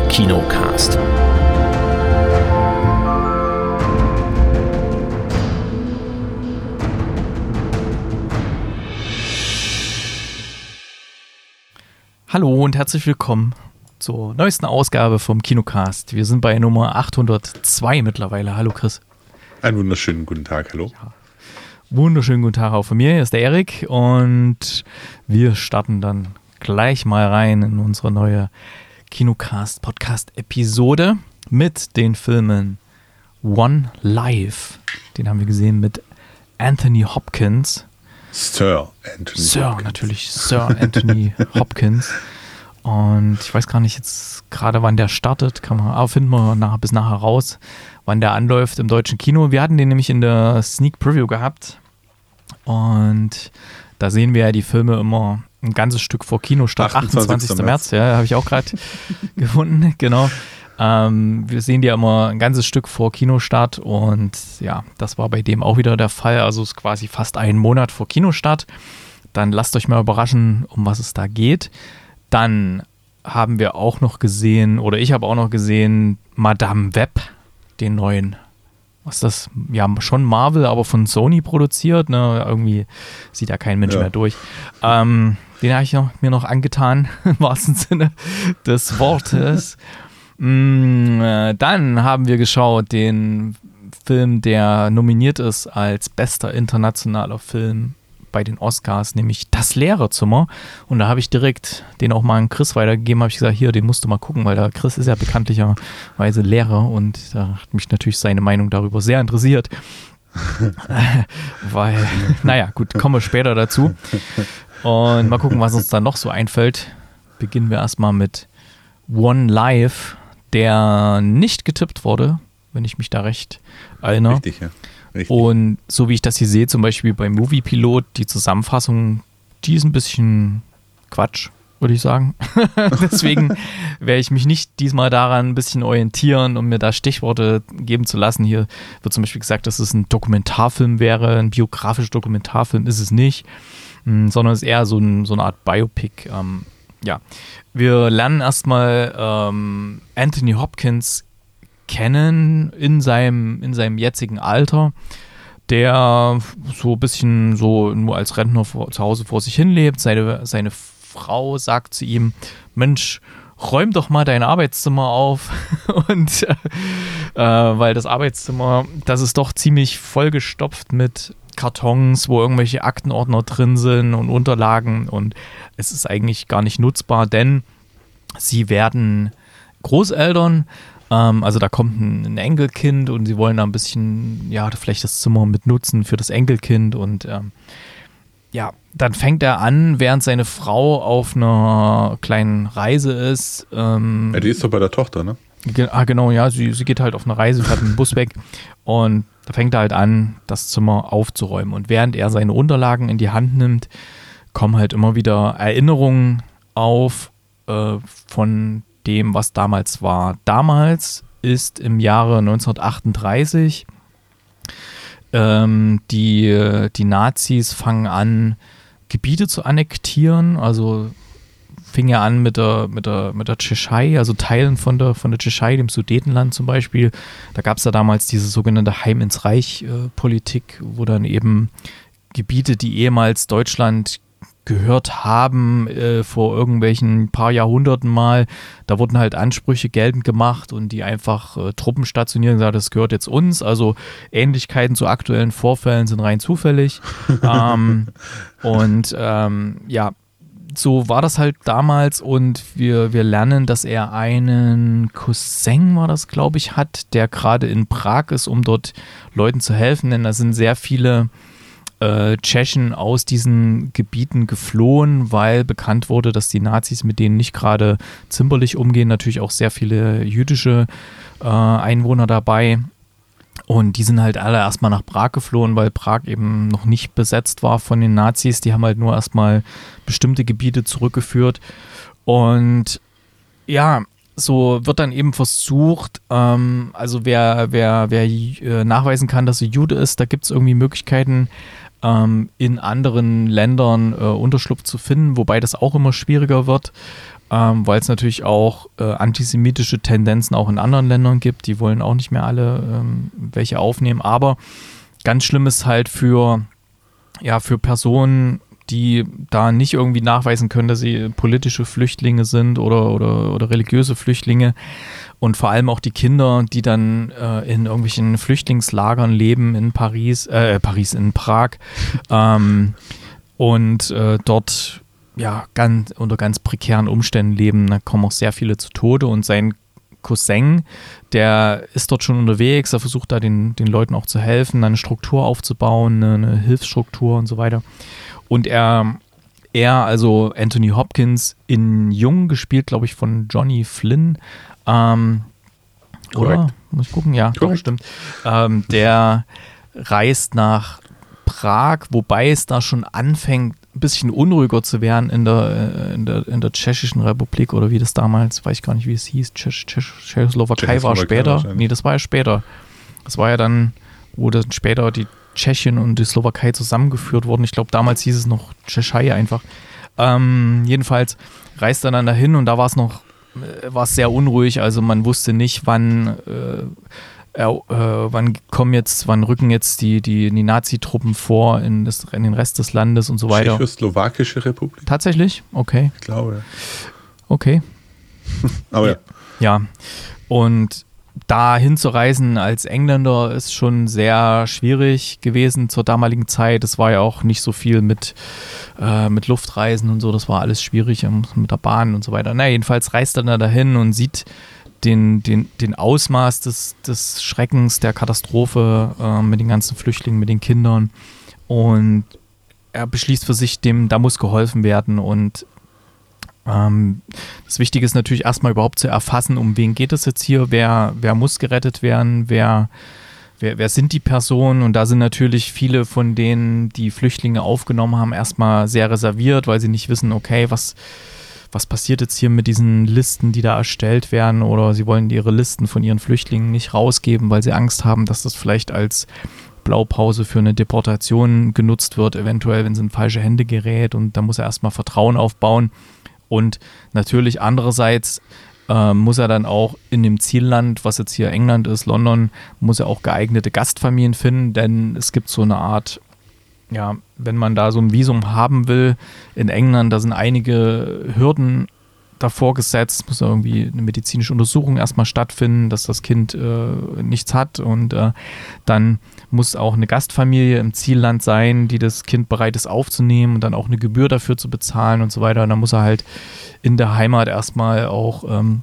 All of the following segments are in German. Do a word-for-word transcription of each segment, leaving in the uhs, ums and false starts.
Kinocast. Hallo und herzlich willkommen zur neuesten Ausgabe vom Kinocast. Wir sind bei Nummer achthundertzwei mittlerweile. Hallo Chris. Einen wunderschönen guten Tag, hallo. Ja. Wunderschönen guten Tag auch von mir, hier ist der Erik und wir starten dann gleich mal rein in unsere neue Kinocast-Podcast-Episode mit den Filmen One Life. Den haben wir gesehen mit Anthony Hopkins. Sir Anthony Sir, Hopkins. natürlich, Sir Anthony Hopkins. Und ich weiß gar nicht jetzt gerade, wann der startet. Kann man, aber finden wir nachher, bis nachher raus, wann der anläuft im deutschen Kino. Wir hatten den nämlich in der Sneak Preview gehabt. Und da sehen wir ja die Filme immer ein ganzes Stück vor Kinostart. achtundzwanzigster März, ja, habe ich auch gerade gefunden, genau. Ähm, wir sehen die ja immer ein ganzes Stück vor Kinostart und ja, das war bei dem auch wieder der Fall. Also es ist quasi fast einen Monat vor Kinostart. Dann lasst euch mal überraschen, um was es da geht. Dann haben wir auch noch gesehen, oder ich habe auch noch gesehen, Madame Web, den neuen. Was ist das? Ja, schon Marvel, aber von Sony produziert. Ne? Irgendwie sieht da kein Mensch ja. mehr durch. Ähm, den habe ich noch, mir noch angetan, im wahrsten Sinne des Wortes. mm, äh, dann haben wir geschaut den Film, der nominiert ist als bester internationaler Film bei den Oscars, nämlich Das Lehrerzimmer. Und da habe ich direkt den auch mal an Chris weitergegeben, habe ich gesagt, hier, den musst du mal gucken, weil der Chris ist ja bekanntlicherweise Lehrer und da hat mich natürlich seine Meinung darüber sehr interessiert. Weil, naja, gut, kommen wir später dazu. Und mal gucken, was uns dann noch so einfällt. Beginnen wir erstmal mit One Life, der nicht getippt wurde, wenn ich mich da recht erinnere. Richtig, ja. Richtig. Und so wie ich das hier sehe, zum Beispiel beim Moviepilot, die Zusammenfassung, die ist ein bisschen Quatsch, würde ich sagen. Deswegen werde ich mich nicht diesmal daran ein bisschen orientieren, um mir da Stichworte geben zu lassen. Hier wird zum Beispiel gesagt, dass es ein Dokumentarfilm wäre, ein biografischer Dokumentarfilm ist es nicht, sondern es ist eher so, ein, so eine Art Biopic. Ähm, ja, wir lernen erstmal ähm, Anthony Hopkins kennen in seinem, in seinem jetzigen Alter, der so ein bisschen so nur als Rentner vor, zu Hause vor sich hin lebt. Seine, seine Frau sagt zu ihm, Mensch, räum doch mal dein Arbeitszimmer auf. Und äh, weil das Arbeitszimmer, das ist doch ziemlich vollgestopft mit Kartons, wo irgendwelche Aktenordner drin sind und Unterlagen und es ist eigentlich gar nicht nutzbar, denn sie werden Großeltern. Also da kommt ein Enkelkind und sie wollen da ein bisschen, ja, vielleicht das Zimmer mit nutzen für das Enkelkind und ähm, ja, dann fängt er an, während seine Frau auf einer kleinen Reise ist. Ähm, ja, die ist doch bei der Tochter, ne? Ge- ah, genau, ja, sie, sie geht halt auf eine Reise, fährt mit dem Bus weg und da fängt er halt an, das Zimmer aufzuräumen und während er seine Unterlagen in die Hand nimmt, kommen halt immer wieder Erinnerungen auf äh, von dem, was damals war. Damals ist im Jahre neunzehnhundertachtunddreißig ähm, die, die Nazis fangen an, Gebiete zu annektieren, also fing ja an mit der, mit der, mit der Tschechei, also Teilen von der, von der Tschechei, dem Sudetenland zum Beispiel. Da gab es ja damals diese sogenannte Heim ins Reich-Politik, äh, wo dann eben Gebiete, die ehemals Deutschland gehört haben äh, vor irgendwelchen paar Jahrhunderten mal, da wurden halt Ansprüche geltend gemacht und die einfach äh, Truppen stationieren und gesagt, das gehört jetzt uns, also Ähnlichkeiten zu aktuellen Vorfällen sind rein zufällig ähm, und ähm, ja, so war das halt damals und wir, wir lernen, dass er einen Cousin, war das glaube ich, hat, der gerade in Prag ist, um dort Leuten zu helfen, denn da sind sehr viele Äh, Tschechen aus diesen Gebieten geflohen, weil bekannt wurde, dass die Nazis mit denen nicht gerade zimperlich umgehen. Natürlich auch sehr viele jüdische äh, Einwohner dabei. Und die sind halt alle erstmal nach Prag geflohen, weil Prag eben noch nicht besetzt war von den Nazis. Die haben halt nur erstmal bestimmte Gebiete zurückgeführt. Und ja, so wird dann eben versucht, ähm, also wer, wer, wer äh, nachweisen kann, dass er Jude ist, da gibt es irgendwie Möglichkeiten, ähm, in anderen Ländern äh, Unterschlupf zu finden, wobei das auch immer schwieriger wird. ähm, weil es natürlich auch äh, antisemitische Tendenzen auch in anderen Ländern gibt. Die wollen auch nicht mehr alle ähm, welche aufnehmen. Aber ganz schlimm ist halt für, ja, für Personen, die da nicht irgendwie nachweisen können, dass sie politische Flüchtlinge sind oder, oder, oder religiöse Flüchtlinge. Und vor allem auch die Kinder, die dann äh, in irgendwelchen Flüchtlingslagern leben in Paris, äh, Paris, in Prag. ähm, und äh, dort ja ganz, unter ganz prekären Umständen leben. Da kommen auch sehr viele zu Tode. Und sein Cousin, der ist dort schon unterwegs, er versucht da den, den Leuten auch zu helfen, eine Struktur aufzubauen, eine, eine Hilfsstruktur und so weiter. Und er, er, also Anthony Hopkins, in Jung gespielt, glaube ich, von Johnny Flynn. Ähm, oder? Muss ich gucken? Ja, doch, stimmt. Ähm, der reist nach Prag, wobei es da schon anfängt, ein bisschen unruhiger zu werden in der, in der, in der Tschechischen Republik oder wie das damals, weiß ich gar nicht, wie es hieß, Tschech, Tschech, Tschechoslowakei war später. Nee, das war ja später. Das war ja dann, wo dann später die Tschechien und die Slowakei zusammengeführt wurden. Ich glaube, damals hieß es noch Tschechei einfach. Ähm, jedenfalls reist er dann dahin und da war es noch, äh, war es sehr unruhig. Also man wusste nicht, wann, äh, äh, wann kommen jetzt, wann rücken jetzt die, die, die Nazi-Truppen vor in, das, in den Rest des Landes und so weiter. Tschechoslowakische Republik? Tatsächlich? Okay. Ich glaube. Okay. Aber ja. Ja. Und da hinzureisen als Engländer ist schon sehr schwierig gewesen zur damaligen Zeit. Es war ja auch nicht so viel mit, äh, mit Luftreisen und so. Das war alles schwierig mit der Bahn und so weiter. Na, jedenfalls reist er da dahin und sieht den, den, den Ausmaß des, des Schreckens, der Katastrophe äh, mit den ganzen Flüchtlingen, mit den Kindern. Und er beschließt für sich, dem, da muss geholfen werden. Und ähm, das Wichtige ist natürlich erstmal überhaupt zu erfassen, um wen geht es jetzt hier, wer, wer muss gerettet werden, wer, wer, wer sind die Personen. Und da sind natürlich viele von denen, die Flüchtlinge aufgenommen haben, erstmal sehr reserviert, weil sie nicht wissen, okay, was was passiert jetzt hier mit diesen Listen, die da erstellt werden, oder sie wollen ihre Listen von ihren Flüchtlingen nicht rausgeben, weil sie Angst haben, dass das vielleicht als Blaupause für eine Deportation genutzt wird, eventuell, wenn es in falsche Hände gerät, und da muss er erstmal Vertrauen aufbauen. Und natürlich andererseits äh, muss er dann auch in dem Zielland, was jetzt hier England ist, London, muss er auch geeignete Gastfamilien finden, denn es gibt so eine Art, ja, wenn man da so ein Visum haben will in England, da sind einige Hürden davor gesetzt, muss irgendwie eine medizinische Untersuchung erstmal stattfinden, dass das Kind äh, nichts hat, und äh, dann muss auch eine Gastfamilie im Zielland sein, die das Kind bereit ist aufzunehmen und dann auch eine Gebühr dafür zu bezahlen und so weiter. Und dann muss er halt in der Heimat erstmal auch ähm,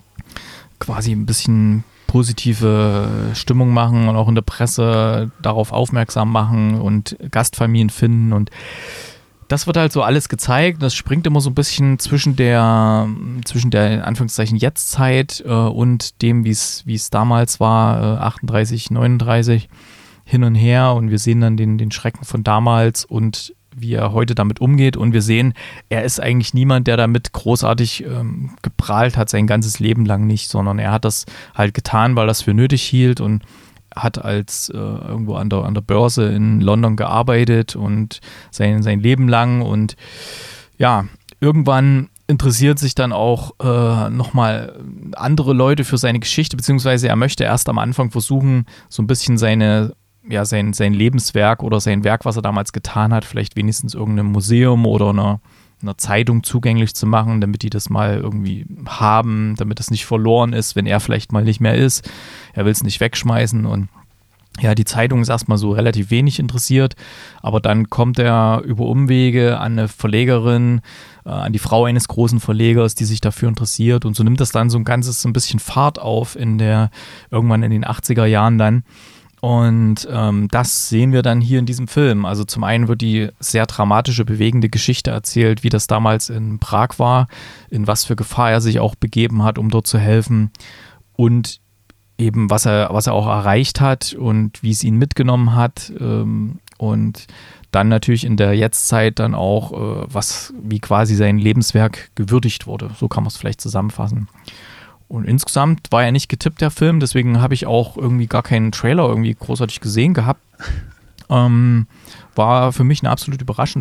quasi ein bisschen positive Stimmung machen und auch in der Presse darauf aufmerksam machen und Gastfamilien finden, und das wird halt so alles gezeigt. Das springt immer so ein bisschen zwischen der, zwischen der in Anführungszeichen Jetztzeit äh, und dem, wie es wie es damals war, äh, achtunddreißig, neununddreißig, hin und her, und wir sehen dann den, den Schrecken von damals und wie er heute damit umgeht, und wir sehen, er ist eigentlich niemand, der damit großartig ähm, geprahlt hat, sein ganzes Leben lang nicht, sondern er hat das halt getan, weil er es für nötig hielt, und hat als äh, irgendwo an der, an der Börse in London gearbeitet und sein, sein Leben lang, und ja, irgendwann interessiert sich dann auch äh, nochmal andere Leute für seine Geschichte, beziehungsweise er möchte erst am Anfang versuchen, so ein bisschen seine ja, sein, sein Lebenswerk oder sein Werk, was er damals getan hat, vielleicht wenigstens irgendeinem Museum oder einer, einer Zeitung zugänglich zu machen, damit die das mal irgendwie haben, damit es nicht verloren ist, wenn er vielleicht mal nicht mehr ist. Er will es nicht wegschmeißen, und ja, die Zeitung ist erstmal so relativ wenig interessiert, aber dann kommt er über Umwege an eine Verlegerin, äh, an die Frau eines großen Verlegers, die sich dafür interessiert, und so nimmt das dann so ein ganzes so ein bisschen Fahrt auf in der, irgendwann in den achtziger Jahren dann. Und ähm, das sehen wir dann hier in diesem Film. Also zum einen wird die sehr dramatische, bewegende Geschichte erzählt, wie das damals in Prag war, in was für Gefahr er sich auch begeben hat, um dort zu helfen, und eben was er, was er auch erreicht hat und wie es ihn mitgenommen hat. Ähm, und dann natürlich in der Jetztzeit dann auch, äh, was, wie quasi sein Lebenswerk gewürdigt wurde. So kann man es vielleicht zusammenfassen. Und insgesamt war er nicht getippt, der Film, deswegen habe ich auch irgendwie gar keinen Trailer irgendwie großartig gesehen gehabt. Ähm, war für mich eine absolut überraschende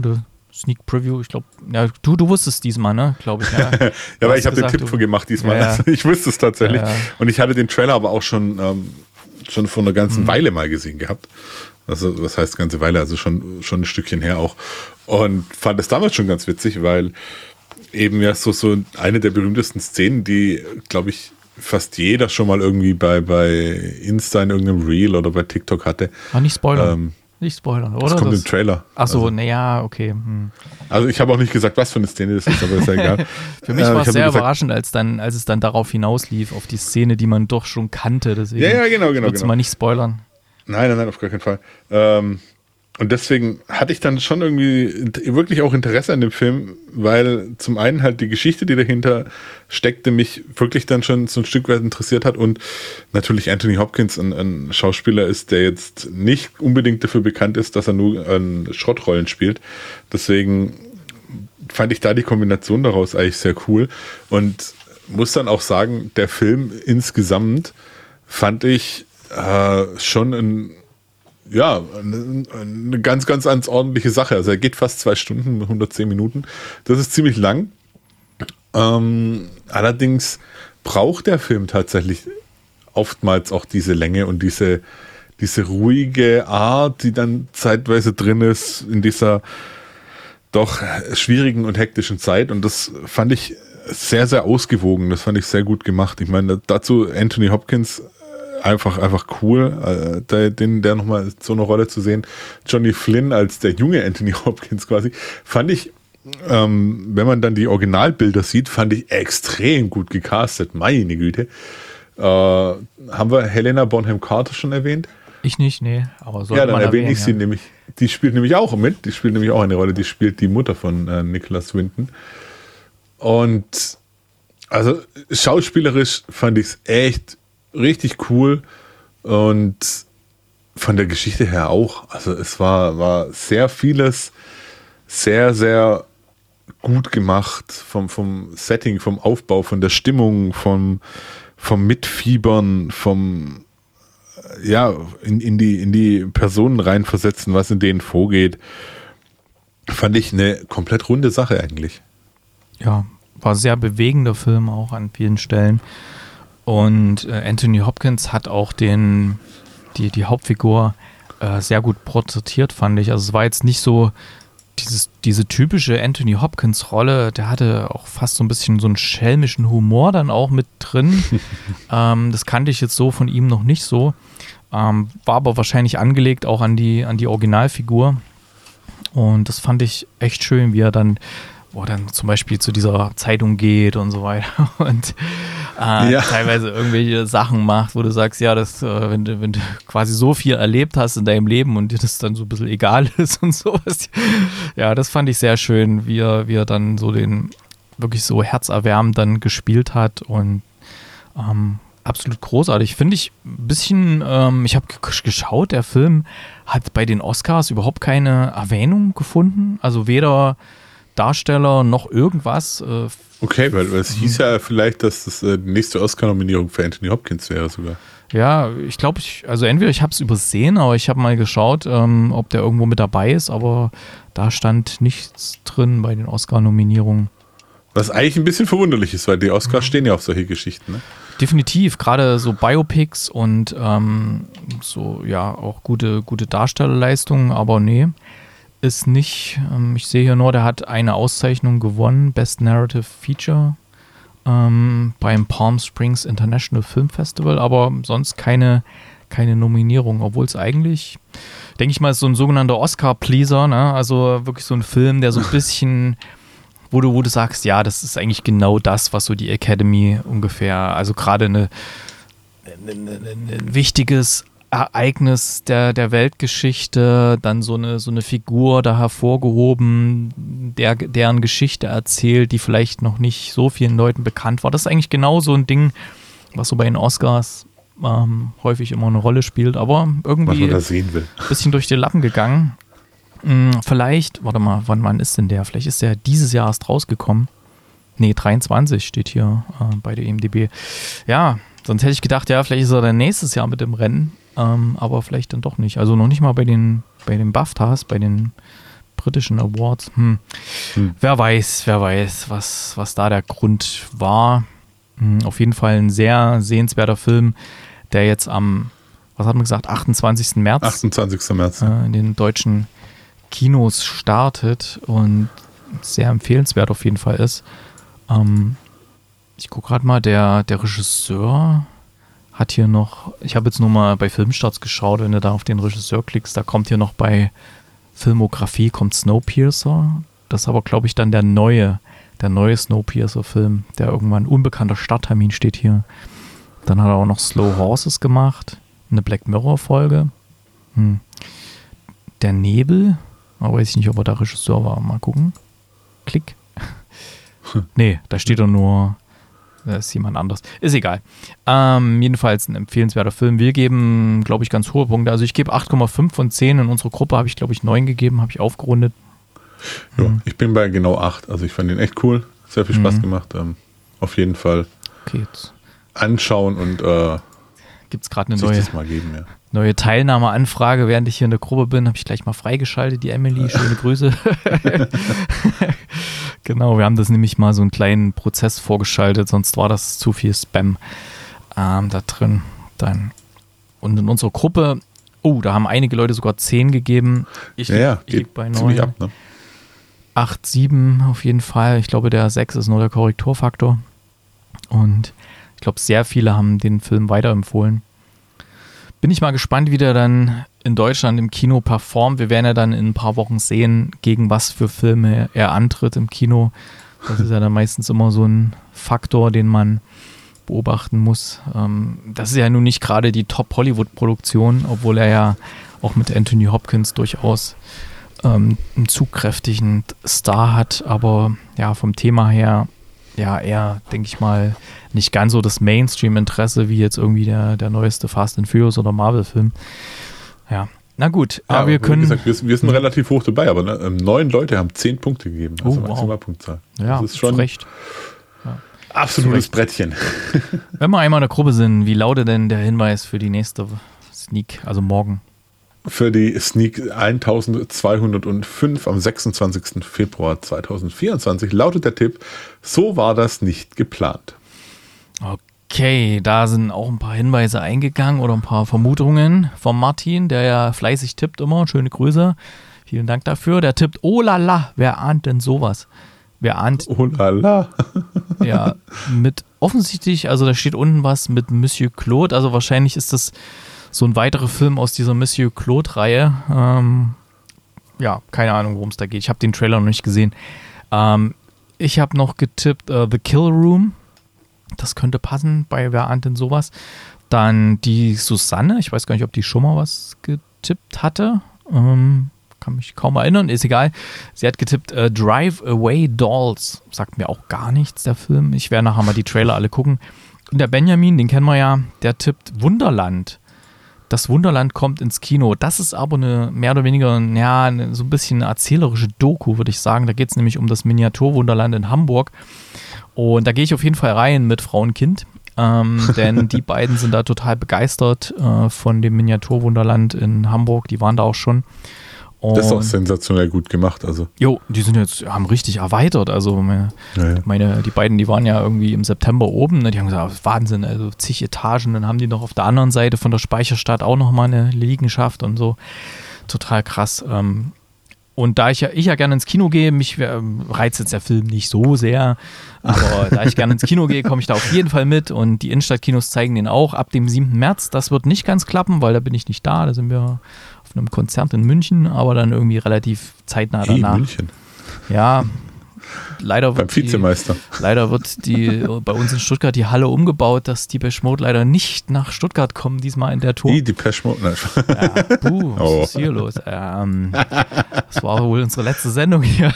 Sneak Preview, ich glaube, ja, du, du wusstest diesmal, ne, glaube ich. Ja, ja aber ich habe den Tipp für gemacht diesmal. Ja, ja. Also ich wusste es tatsächlich. Ja, ja. Und ich hatte den Trailer aber auch schon, ähm, schon vor einer ganzen mhm. Weile mal gesehen gehabt. Also, was heißt ganze Weile? Also schon, schon ein Stückchen her auch. Und fand es damals schon ganz witzig, weil eben ja so, so eine der berühmtesten Szenen, die, glaube ich, fast jeder schon mal irgendwie bei, bei Insta in irgendeinem Reel oder bei TikTok hatte. Ah, nicht spoilern. Ähm, nicht spoilern, oder? Das kommt das? im Trailer. Ach so, also, naja, okay. Hm. Also ich habe auch nicht gesagt, was für eine Szene das ist, aber ist ja egal. Für mich äh, war es sehr gesagt, überraschend, als, dann, als es dann darauf hinauslief, auf die Szene, die man doch schon kannte. Deswegen ja, ja, genau, genau. Ich genau. mal nicht spoilern. Nein, nein, nein, auf gar keinen Fall. Ähm, und deswegen hatte ich dann schon irgendwie wirklich auch Interesse an dem Film, weil zum einen halt die Geschichte, die dahinter steckte, mich wirklich dann schon so ein Stück weit interessiert hat und natürlich Anthony Hopkins ein, ein Schauspieler ist, der jetzt nicht unbedingt dafür bekannt ist, dass er nur an Schrottrollen spielt. Deswegen fand ich da die Kombination daraus eigentlich sehr cool und muss dann auch sagen, der Film insgesamt fand ich äh, schon ein Ja, eine, eine ganz, ganz, ganz ordentliche Sache. Also er geht fast zwei Stunden, hundertzehn Minuten. Das ist ziemlich lang. Ähm, allerdings braucht der Film tatsächlich oftmals auch diese Länge und diese, diese ruhige Art, die dann zeitweise drin ist in dieser doch schwierigen und hektischen Zeit. Und das fand ich sehr, sehr ausgewogen. Das fand ich sehr gut gemacht. Ich meine, dazu Anthony Hopkins Einfach, einfach cool, äh, den, der nochmal so eine Rolle zu sehen. Johnny Flynn als der junge Anthony Hopkins quasi, fand ich, ähm, wenn man dann die Originalbilder sieht, fand ich extrem gut gecastet. Meine Güte. Äh, haben wir Helena Bonham Carter schon erwähnt? Ich nicht, nee. Aber sollte ja, dann man erwähne erwähnen, ich sie ja. nämlich. Die spielt nämlich auch mit. Die spielt nämlich auch eine Rolle. Die spielt die Mutter von äh, Nicholas Winton. Und also schauspielerisch fand ich es echt richtig cool und von der Geschichte her auch. Also es war, war sehr vieles sehr, sehr gut gemacht vom, vom Setting, vom Aufbau, von der Stimmung, vom, vom Mitfiebern, vom ja, in, in, die, in die Personen reinversetzen, was in denen vorgeht. Fand ich eine komplett runde Sache eigentlich. Ja, war ein sehr bewegender Film auch an vielen Stellen. Und äh, Anthony Hopkins hat auch den, die, die Hauptfigur äh, sehr gut porträtiert, fand ich. Also es war jetzt nicht so dieses, diese typische Anthony Hopkins-Rolle, der hatte auch fast so ein bisschen so einen schelmischen Humor dann auch mit drin. ähm, das kannte ich jetzt so von ihm noch nicht so. Ähm, war aber wahrscheinlich angelegt auch an die, an die Originalfigur. Und das fand ich echt schön, wie er dann wo er dann zum Beispiel zu dieser Zeitung geht und so weiter und äh, ja. teilweise irgendwelche Sachen macht, wo du sagst, ja, das, äh, wenn du, wenn du quasi so viel erlebt hast in deinem Leben und dir das dann so ein bisschen egal ist und sowas. Ja, das fand ich sehr schön, wie er, wie er dann so den wirklich so herzerwärmend dann gespielt hat und ähm, absolut großartig. Finde ich ein bisschen, ähm, ich habe g- geschaut, der Film hat bei den Oscars überhaupt keine Erwähnung gefunden, also weder Darsteller noch irgendwas. Äh, okay, weil, weil es hieß ja vielleicht, dass das äh, die nächste Oscar-Nominierung für Anthony Hopkins wäre sogar. Ja, ich glaube, ich, also entweder ich habe es übersehen, aber ich habe mal geschaut, ähm, ob der irgendwo mit dabei ist, aber da stand nichts drin bei den Oscar-Nominierungen. Was eigentlich ein bisschen verwunderlich ist, weil die Oscars stehen ja auf solche Geschichten, ne? Definitiv, gerade so Biopics und ähm, so, ja, auch gute, gute Darstellerleistungen, aber nee. Ist nicht, ähm, ich sehe hier nur, der hat eine Auszeichnung gewonnen, Best Narrative Feature ähm, beim Palm Springs International Film Festival, aber sonst keine, keine Nominierung, obwohl es eigentlich, denke ich mal, ist so ein sogenannter Oscar-Pleaser, ne? Also wirklich so ein Film, der so ein bisschen, wo du, wo du sagst, ja, das ist eigentlich genau das, was so die Academy ungefähr, also gerade eine, eine, eine, ein wichtiges Ereignis der, der Weltgeschichte, dann so eine, so eine Figur da hervorgehoben, der, deren Geschichte erzählt, die vielleicht noch nicht so vielen Leuten bekannt war. Das ist eigentlich genau so ein Ding, was so bei den Oscars ähm, häufig immer eine Rolle spielt, aber irgendwie was man da sehen will. Ein bisschen durch die Lappen gegangen. Hm, vielleicht, warte mal, wann, wann ist denn der? Vielleicht ist der dieses Jahr erst rausgekommen. Nee, dreiundzwanzig steht hier äh, bei der I M D B. Ja, sonst hätte ich gedacht, ja, vielleicht ist er dann nächstes Jahr mit dem Rennen. Ähm, aber vielleicht dann doch nicht. Also noch nicht mal bei den, bei den BAFTAs, bei den britischen Awards. Hm. Hm. Wer weiß, wer weiß, was, was da der Grund war. Hm. Auf jeden Fall ein sehr sehenswerter Film, der jetzt am, was hat man gesagt, achtundzwanzigsten März, achtundzwanzigsten März. Äh, in den deutschen Kinos startet und sehr empfehlenswert auf jeden Fall ist. Ähm, ich gucke gerade mal, der, der Regisseur hat hier noch, ich habe jetzt nur mal bei Filmstarts geschaut, wenn du da auf den Regisseur klickst, da kommt hier noch bei Filmografie, kommt Snowpiercer. Das ist aber, glaube ich, dann der neue, der neue Snowpiercer-Film, der irgendwann unbekannter Starttermin steht hier. Dann hat er auch noch Slow Horses gemacht, eine Black Mirror-Folge. Hm. Der Nebel, aber weiß ich nicht, ob er der Regisseur war. Mal gucken. Klick. Nee, da steht er nur, da ist jemand anderes. Ist egal. Ähm, jedenfalls ein empfehlenswerter Film. Wir geben, glaube ich, ganz hohe Punkte. Also ich gebe acht Komma fünf von zehn. In unserer Gruppe habe ich, glaube ich, neun gegeben, habe ich aufgerundet. Ja, hm. Ich bin bei genau acht. Also ich fand ihn echt cool. Sehr viel Spaß mhm. gemacht. Ähm, auf jeden Fall okay, jetzt anschauen und äh, gibt es gerade eine neue, mal geben, ja. neue Teilnahmeanfrage. Während ich hier in der Gruppe bin, habe ich gleich mal freigeschaltet, die Emily. Schöne Grüße. Genau, wir haben das nämlich mal so einen kleinen Prozess vorgeschaltet, sonst war das zu viel Spam ähm, da drin. Dann. Und in unserer Gruppe, oh, da haben einige Leute sogar zehn gegeben. Ich, ja, ja, ich liege bei neun. Ab, ne? acht, sieben auf jeden Fall. Ich glaube, der sechs ist nur der Korrekturfaktor. Und ich glaube, sehr viele haben den Film weiterempfohlen. Bin ich mal gespannt, wie der dann in Deutschland im Kino performt. Wir werden ja dann in ein paar Wochen sehen, gegen was für Filme er antritt im Kino. Das ist ja dann meistens immer so ein Faktor, den man beobachten muss. Das ist ja nun nicht gerade die Top-Hollywood-Produktion, obwohl er ja auch mit Anthony Hopkins durchaus einen zugkräftigen Star hat. Aber ja, vom Thema her ja eher, denke ich mal, nicht ganz so das Mainstream-Interesse wie jetzt irgendwie der, der neueste Fast and Furious oder Marvel-Film. Ja, na gut, ja, aber wir können... Wie gesagt, wir, wir sind relativ hoch dabei, aber ne, neun Leute haben zehn Punkte gegeben. Also oh, Maximalpunktzahl. Wow. Ja, das ist schon recht. Ja. Absolutes Brettchen. Wenn wir einmal in der Gruppe sind, wie lautet denn der Hinweis für die nächste Sneak, also morgen? Für die Sneak eintausendzweihundertfünf am sechsundzwanzigsten Februar zweitausendvierundzwanzig lautet der Tipp: So war das nicht geplant. Okay, da sind auch ein paar Hinweise eingegangen oder ein paar Vermutungen von Martin, der ja fleißig tippt immer. Schöne Grüße. Vielen Dank dafür. Der tippt, oh la la, wer ahnt denn sowas? Wer ahnt? Oh la la. Ja, mit offensichtlich, also da steht unten was mit Monsieur Claude, also wahrscheinlich ist das so ein weiterer Film aus dieser Monsieur Claude-Reihe. Ähm, ja, keine Ahnung, worum es da geht. Ich habe den Trailer noch nicht gesehen. Ähm, ich habe noch getippt uh, The Kill Room. Das könnte passen bei Wer ahnt denn sowas. Dann die Susanne. Ich weiß gar nicht, ob die schon mal was getippt hatte. Ähm, kann mich kaum erinnern. Ist egal. Sie hat getippt uh, Drive Away Dolls. Sagt mir auch gar nichts, der Film. Ich werde nachher mal die Trailer alle gucken. Und der Benjamin, den kennen wir ja, der tippt Wunderland. Das Wunderland kommt ins Kino. Das ist aber eine mehr oder weniger, ja, eine, so ein bisschen eine erzählerische Doku, würde ich sagen. Da geht es nämlich um das Miniaturwunderland in Hamburg. Und da gehe ich auf jeden Fall rein mit Frau und Kind. Ähm, denn die beiden sind da total begeistert äh, von dem Miniaturwunderland in Hamburg. Die waren da auch schon. Und das ist auch sensationell gut gemacht. Also. Jo, die sind jetzt, haben richtig erweitert. Also meine, ja, ja. meine, die beiden, die waren ja irgendwie im September oben. Ne? Die haben gesagt, Wahnsinn, also zig Etagen. Dann haben die noch auf der anderen Seite von der Speicherstadt auch nochmal eine Liegenschaft und so. Total krass. Ähm, und da ich ja, ich ja gerne ins Kino gehe, mich äh, reizt jetzt der Film nicht so sehr, aber da ich gerne ins Kino gehe, komme ich da auf jeden Fall mit. Und die Innenstadtkinos zeigen den auch ab dem siebten März. Das wird nicht ganz klappen, weil da bin ich nicht da. Da sind wir auf einem Konzert in München, aber dann irgendwie relativ zeitnah danach. In München? Ja, leider wird beim Vizemeister. Die, leider wird die bei uns in Stuttgart die Halle umgebaut, dass Depeche Mode leider nicht nach Stuttgart kommen, diesmal in der Tour. Die Depeche Mode? Nein. Ja, puh, was oh. ist hier los? Ähm, das war wohl unsere letzte Sendung hier.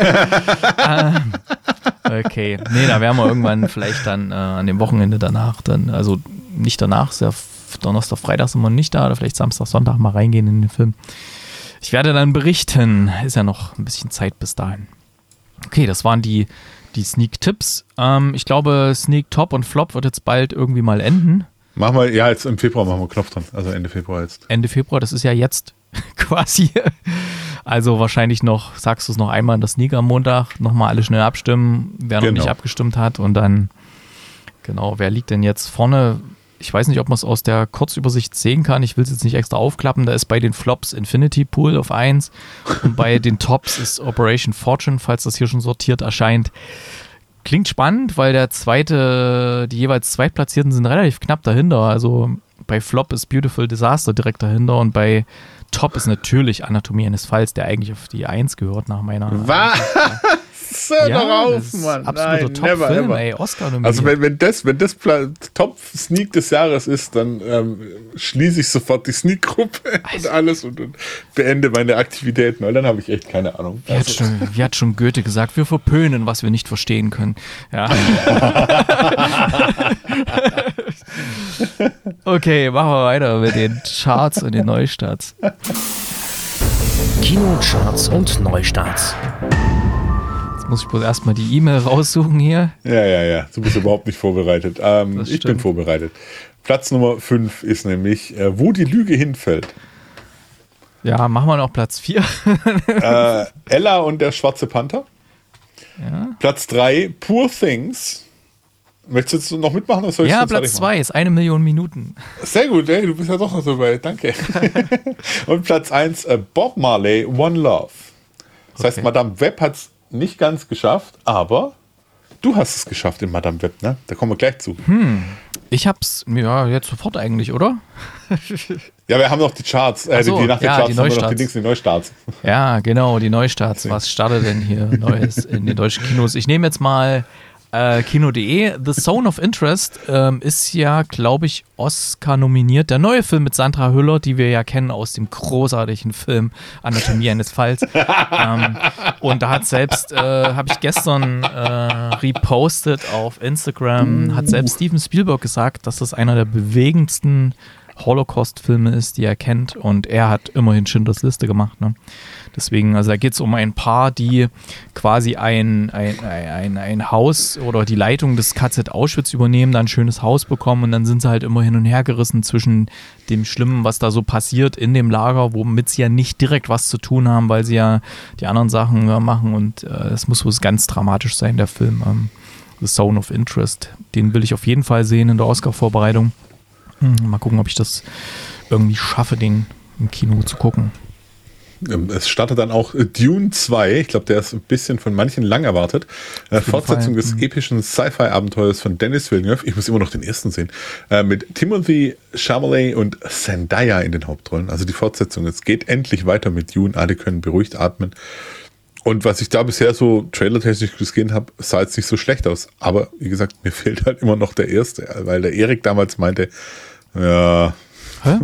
ähm, okay, nee, da werden wir irgendwann vielleicht dann äh, an dem Wochenende danach, dann, also nicht danach, ist ja Donnerstag, Freitag sind wir nicht da, oder vielleicht Samstag, Sonntag mal reingehen in den Film. Ich werde dann berichten. Ist ja noch ein bisschen Zeit bis dahin. Okay, das waren die, die Sneak-Tipps. Ähm, ich glaube, Sneak Top und Flop wird jetzt bald irgendwie mal enden. Machen wir, ja, jetzt im Februar machen wir Knopf dran. Also Ende Februar jetzt. Ende Februar, das ist ja jetzt quasi. Also wahrscheinlich noch, sagst du es noch einmal in der Sneak am Montag, nochmal alle schnell abstimmen, wer noch Genau. nicht abgestimmt hat und dann, genau, wer liegt denn jetzt vorne? Ich weiß nicht, ob man es aus der Kurzübersicht sehen kann. Ich will es jetzt nicht extra aufklappen. Da ist bei den Flops Infinity Pool auf eins und bei den Tops ist Operation Fortune, falls das hier schon sortiert erscheint. Klingt spannend, weil der zweite, die jeweils Zweitplatzierten sind relativ knapp dahinter. Also bei Flop ist Beautiful Disaster direkt dahinter und bei Top ist natürlich Anatomie eines Falls, der eigentlich auf die eins gehört nach meiner... Was? Hör Ja, doch auf, das ist Mann. absoluter Nein, Top-Film, never, ever. ey, Oscar nominiert. Also wenn, wenn das, wenn das Pla- Top-Sneak des Jahres ist, dann ähm, schließe ich sofort die Sneak-Gruppe und alles und, und beende meine Aktivitäten, weil dann habe ich echt keine Ahnung. Wie hat, schon, wie hat schon Goethe gesagt, wir verpönen, was wir nicht verstehen können. Ja. Okay, machen wir weiter mit den Charts und den Neustarts. Kinocharts und Neustarts. Jetzt muss ich bloß erstmal die E-Mail raussuchen hier. Ja, ja, ja. Du bist überhaupt nicht vorbereitet. Ähm, Das ich bin stimmt. vorbereitet. Platz Nummer fünf ist nämlich, äh, wo die Lüge hinfällt. Ja, machen wir noch Platz vier. äh, Ella und der schwarze Panther. Ja, Platz drei, Poor Things. Möchtest du noch mitmachen? Oder soll ich ja schon Platz fertig machen? zwei ist eine Million Minuten. Sehr gut, ey, du bist ja doch noch so weit. Danke. Und Platz eins, äh, Bob Marley, One Love. Das heißt, Okay. Madame Web hat es nicht ganz geschafft, aber du hast es geschafft in Madame Web, ne? Da kommen wir gleich zu. Ich hab's, ja, jetzt sofort eigentlich, oder? Ja, wir haben noch die Charts, äh, Ach so, die, nach den ja, Charts die haben wir noch die Neustarts. Dings, die Neustarts. Ja, genau, die Neustarts. Was startet denn hier Neues in den deutschen Kinos? Ich nehme jetzt mal äh, Kino punkt de. The Zone of Interest ähm, ist ja, glaube ich, Oscar nominiert. Der neue Film mit Sandra Hüller, die wir ja kennen aus dem großartigen Film Anatomie eines Falls. ähm, und da hat selbst, äh, habe ich gestern äh, repostet auf Instagram, hat selbst Steven Spielberg gesagt, dass das einer der bewegendsten Holocaust-Filme ist, die er kennt, und er hat immerhin Schindlers Liste gemacht. Ne? Deswegen, also da geht es um ein Paar, die quasi ein, ein, ein, ein Haus oder die Leitung des K Z Auschwitz übernehmen, dann ein schönes Haus bekommen und dann sind sie halt immer hin und her gerissen zwischen dem Schlimmen, was da so passiert in dem Lager, womit sie ja nicht direkt was zu tun haben, weil sie ja die anderen Sachen ja, machen und es äh, muss wohl ganz dramatisch sein, der Film. Ähm, The Zone of Interest. Den will ich auf jeden Fall sehen in der Oscar-Vorbereitung. Mal gucken, ob ich das irgendwie schaffe, den im Kino zu gucken. Es startet dann auch Dune zwei. Ich glaube, der ist ein bisschen von manchen lang erwartet. Äh, Fortsetzung Fall. des Mhm. epischen Sci-Fi-Abenteuers von Denis Villeneuve. Ich muss immer noch den ersten sehen. Äh, mit Timothy Chalamet und Zendaya in den Hauptrollen. Also die Fortsetzung. Es geht endlich weiter mit Dune. Alle können beruhigt atmen. Und was ich da bisher so trailertechnisch gesehen habe, sah jetzt nicht so schlecht aus. Aber wie gesagt, mir fehlt halt immer noch der erste. Weil der Erik damals meinte, ja... Hä?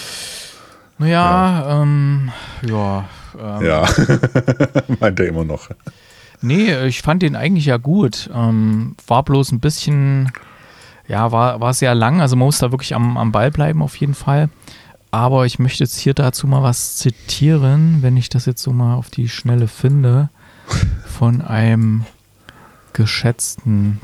Naja, ja, ähm, ja. Ähm, Ja, meint er immer noch. Nee, ich fand den eigentlich ja gut. Ähm, war bloß ein bisschen, ja, war, war sehr lang. Also man muss da wirklich am, am Ball bleiben auf jeden Fall. Aber ich möchte jetzt hier dazu mal was zitieren, wenn ich das jetzt so mal auf die Schnelle finde, von einem geschätzten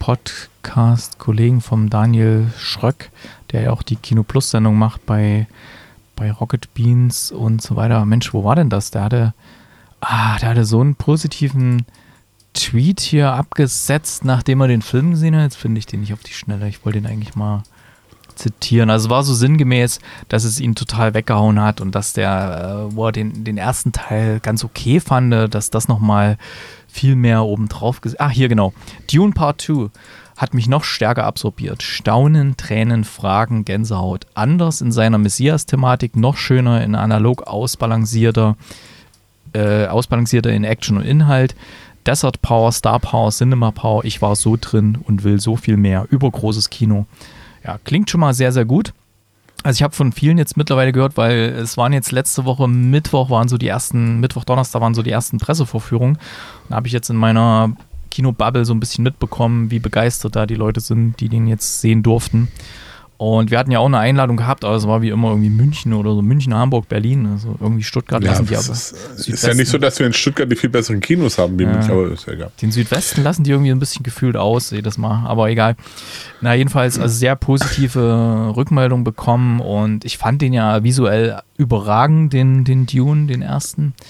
Podcast-Kollegen vom Daniel Schröck, der ja auch die Kino Plus Sendung macht bei bei Rocket Beans und so weiter. Mensch, wo war denn das? Der hatte, ah, der hatte so einen positiven Tweet hier abgesetzt, nachdem er den Film gesehen hat. Jetzt finde ich den nicht auf die Schnelle. Ich wollte den eigentlich mal zitieren. Also es war so sinngemäß, dass es ihn total weggehauen hat und dass der, äh, wo er den, den ersten Teil ganz okay fand, dass das nochmal viel mehr obendrauf gesehen. Ah, hier genau. Dune Part zwei hat mich noch stärker absorbiert. Staunen, Tränen, Fragen, Gänsehaut. Anders in seiner Messias-Thematik, noch schöner in analog ausbalancierter, äh, ausbalancierter in Action und Inhalt. Desert Power, Star Power, Cinema Power. Ich war so drin und will so viel mehr. Übergroßes Kino. Ja, klingt schon mal sehr, sehr gut. Also ich habe von vielen jetzt mittlerweile gehört, weil es waren jetzt letzte Woche Mittwoch, waren so die ersten, Mittwoch, Donnerstag waren so die ersten Pressevorführungen. Da habe ich jetzt in meiner Kinobubble so ein bisschen mitbekommen, wie begeistert da die Leute sind, die den jetzt sehen durften. Und wir hatten ja auch eine Einladung gehabt, aber es war wie immer irgendwie München oder so. München, Hamburg, Berlin, also irgendwie Stuttgart Ja, lassen die aber. es ist, ist ja nicht so, dass wir in Stuttgart die viel besseren Kinos haben wie Ja. München, aber ist ja egal. Den Südwesten lassen die irgendwie ein bisschen gefühlt aus, jedes Mal, aber egal. Na, jedenfalls, also sehr positive Rückmeldung bekommen und ich fand den ja visuell überragend, den, den Dune, den ersten.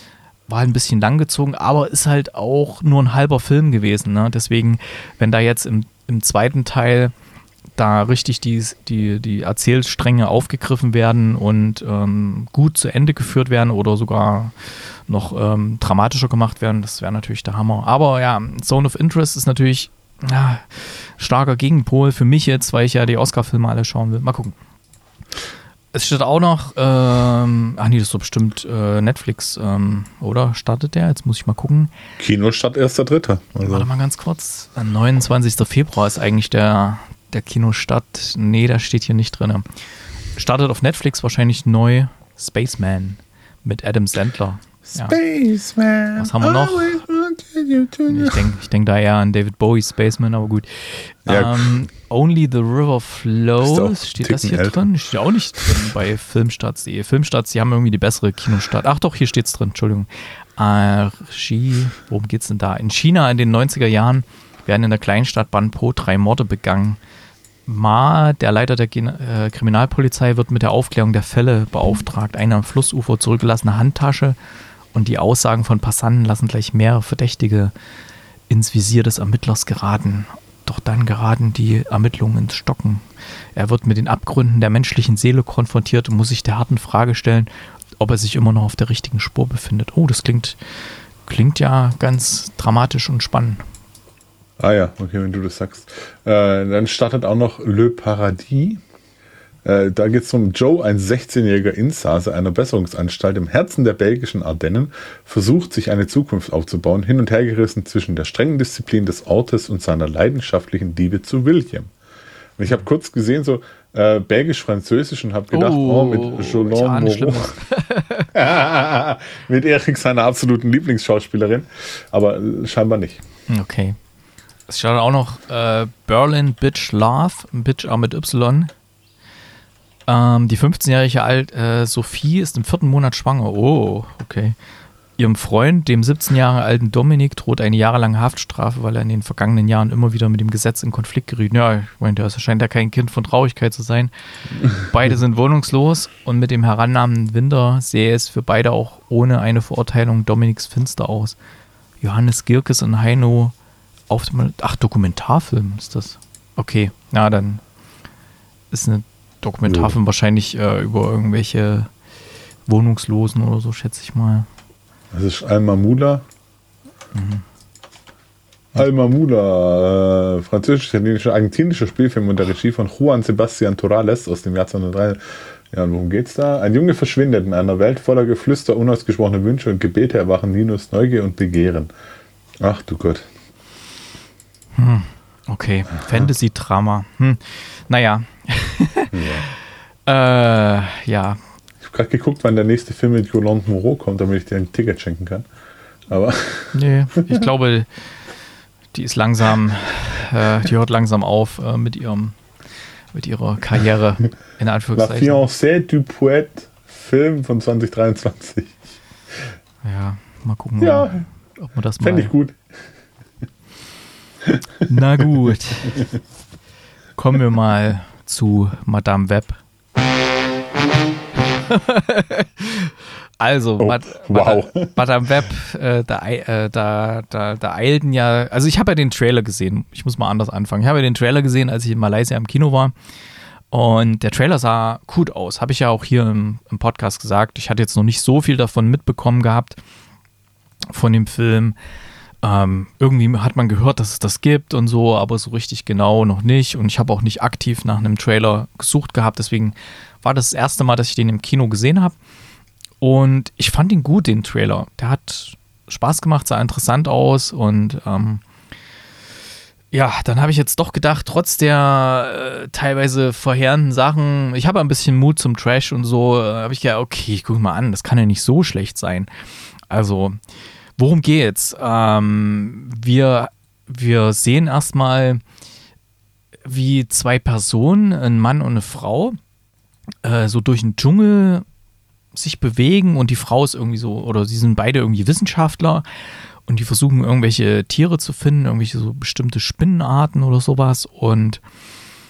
war ein bisschen langgezogen, aber ist halt auch nur ein halber Film gewesen. Ne? Deswegen, wenn da jetzt im, im zweiten Teil da richtig die, die, die Erzählstränge aufgegriffen werden und ähm, gut zu Ende geführt werden oder sogar noch ähm, dramatischer gemacht werden, das wäre natürlich der Hammer. Aber ja, Zone of Interest ist natürlich ja, starker Gegenpol für mich jetzt, weil ich ja die Oscar-Filme alle schauen will. Mal gucken. Es steht auch noch, ähm, ach nee, das ist so bestimmt äh, Netflix, ähm, oder? Startet der? Jetzt muss ich mal gucken. Kinostart erster dritter Also. Warte mal ganz kurz. neunundzwanzigster Februar ist eigentlich der Der Kinostart, nee, da steht hier nicht drin. Startet auf Netflix wahrscheinlich neu Spaceman mit Adam Sandler. Ja. Spaceman. Was haben wir noch? Ich denke ich denk da eher an David Bowie Spaceman, aber gut. Ja. Um, Only the River Flows, steht das hier älter. drin? Steht auch nicht drin bei Filmstarts punkt de. Filmstarts, die haben irgendwie die bessere Kinostart. Ach doch, hier steht's drin, Entschuldigung. Äh, Ski, worum geht's denn da? In China in den neunziger Jahren werden in der Kleinstadt Banpo drei Morde begangen. Ma, der Leiter der Gen- äh, Kriminalpolizei, wird mit der Aufklärung der Fälle beauftragt. Eine am Flussufer zurückgelassene Handtasche und die Aussagen von Passanten lassen gleich mehrere Verdächtige ins Visier des Ermittlers geraten. Doch dann geraten die Ermittlungen ins Stocken. Er wird mit den Abgründen der menschlichen Seele konfrontiert und muss sich der harten Frage stellen, ob er sich immer noch auf der richtigen Spur befindet. Oh, das klingt, klingt ja ganz dramatisch und spannend. Ah ja, okay, wenn du das sagst. Äh, dann startet auch noch Le Paradis. Äh, da geht es um Joe, ein sechzehnjähriger Insasse einer Besserungsanstalt im Herzen der belgischen Ardennen, versucht, sich eine Zukunft aufzubauen, hin und her gerissen zwischen der strengen Disziplin des Ortes und seiner leidenschaftlichen Liebe zu William. Und ich habe kurz gesehen, so äh, belgisch-französisch und habe gedacht, oh, oh mit Jolande Moreau. Mit Erik, seiner absoluten Lieblingsschauspielerin. Aber äh, scheinbar nicht. Okay. Es steht auch noch äh, Berlin Bitch Love, Bitch auch mit Y. Ähm, die fünfzehnjährige Alt, äh, Sophie ist im vierten Monat schwanger. Oh, okay. Ihrem Freund, dem siebzehn Jahre alten Dominik, droht eine jahrelange Haftstrafe, weil er in den vergangenen Jahren immer wieder mit dem Gesetz in Konflikt geriet. Ja, ich meine, das scheint ja kein Kind von Traurigkeit zu sein. Beide sind wohnungslos und mit dem herannahmenden Winter sehe es für beide auch ohne eine Verurteilung Dominiks finster aus. Johannes Gierkes und Heino auf dem, ach, Dokumentarfilm ist das. Okay, na dann ist eine Dokumentarfilm ja. wahrscheinlich äh, über irgendwelche Wohnungslosen oder so, schätze ich mal. Das ist Al-Mamula. Mhm. Al-Mamula, äh, französisch-italienischer, argentinischer Spielfilm unter Regie von Juan Sebastián Torrales aus dem Jahr zweitausenddrei. Ja, und worum geht's da? Ein Junge verschwindet in einer Welt voller Geflüster, unausgesprochene Wünsche und Gebete erwachen Ninos Neugier und Begehren. Ach du Gott. Hm, okay, Fantasy-Drama. Hm. Naja. ja. äh, ja. Ich habe gerade geguckt, wann der nächste Film mit Jolande Moreau kommt, damit ich dir ein Ticket schenken kann. Aber. Nee, ich glaube, die ist langsam, äh, die hört langsam auf äh, mit ihrem, mit ihrer Karriere, in Anführungszeichen. La Fiancée du Poète, Film von zwanzig dreiundzwanzig. Ja, mal gucken, ja, ob man das mal. Fände ich gut. Na gut. Kommen wir mal zu Madame Web. Also, oh, Mad- wow. Mad- Madame Web, äh, da, äh, da, da, da eilten ja, also ich habe ja den Trailer gesehen, ich muss mal anders anfangen. Ich habe ja den Trailer gesehen, als ich in Malaysia im Kino war und der Trailer sah gut aus, habe ich ja auch hier im, im Podcast gesagt. Ich hatte jetzt noch nicht so viel davon mitbekommen gehabt, von dem Film. Ähm, irgendwie hat man gehört, dass es das gibt und so, aber so richtig genau noch nicht. Und ich habe auch nicht aktiv nach einem Trailer gesucht gehabt. Deswegen war das das erste Mal, dass ich den im Kino gesehen habe. Und ich fand ihn gut, den Trailer. Der hat Spaß gemacht, sah interessant aus. Und ähm, ja, dann habe ich jetzt doch gedacht, trotz der äh, teilweise verheerenden Sachen, ich habe ein bisschen Mut zum Trash und so, äh, habe ich gedacht, okay, ich gucke mal an, das kann ja nicht so schlecht sein. Also worum geht's? Ähm, wir, wir sehen erstmal, wie zwei Personen, ein Mann und eine Frau, äh, so durch den Dschungel sich bewegen und die Frau ist irgendwie so, oder sie sind beide irgendwie Wissenschaftler und die versuchen irgendwelche Tiere zu finden, irgendwelche so bestimmte Spinnenarten oder sowas und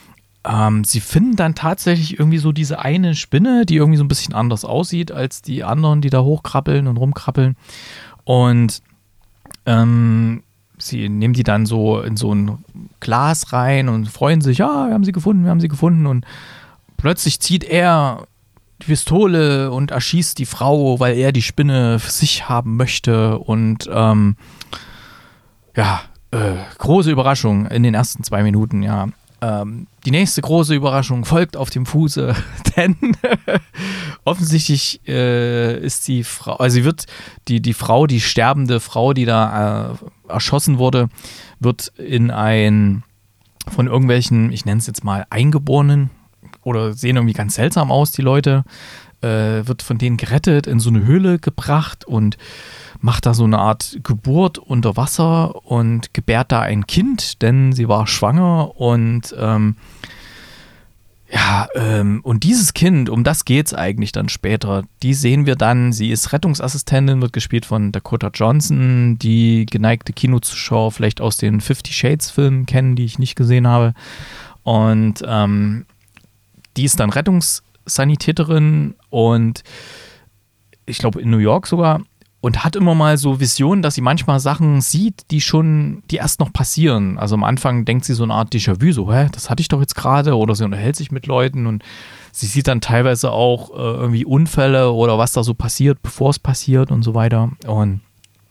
ähm, sie finden dann tatsächlich irgendwie so diese eine Spinne, die irgendwie so ein bisschen anders aussieht als die anderen, die da hochkrabbeln und rumkrabbeln. Und ähm, sie nehmen die dann so in so ein Glas rein und freuen sich, ja, wir haben sie gefunden, wir haben sie gefunden. Und plötzlich zieht er die Pistole und erschießt die Frau, weil er die Spinne für sich haben möchte. Und ähm, ja, äh, große Überraschung in den ersten zwei Minuten, ja. Ähm, die nächste große Überraschung folgt auf dem Fuße, denn offensichtlich äh, ist die Frau, also sie wird, die, die Frau, die sterbende Frau, die da äh, erschossen wurde, wird in ein, von irgendwelchen, ich nenne es jetzt mal Eingeborenen, oder sehen irgendwie ganz seltsam aus, die Leute, äh, wird von denen gerettet, in so eine Höhle gebracht und macht da so eine Art Geburt unter Wasser und gebärt da ein Kind, denn sie war schwanger und ähm, ja, ähm, und dieses Kind, um das geht's eigentlich dann später, die sehen wir dann, sie ist Rettungsassistentin, wird gespielt von Dakota Johnson, die geneigte Kinozuschauer vielleicht aus den Fifty Shades Filmen kennen, die ich nicht gesehen habe, und ähm, die ist dann Rettungssanitäterin und ich glaube in New York sogar und hat immer mal so Visionen, dass sie manchmal Sachen sieht, die schon, die erst noch passieren. Also am Anfang denkt sie so eine Art Déjà-vu, so, hä, das hatte ich doch jetzt gerade, oder sie unterhält sich mit Leuten und sie sieht dann teilweise auch äh, irgendwie Unfälle oder was da so passiert, bevor es passiert und so weiter. Und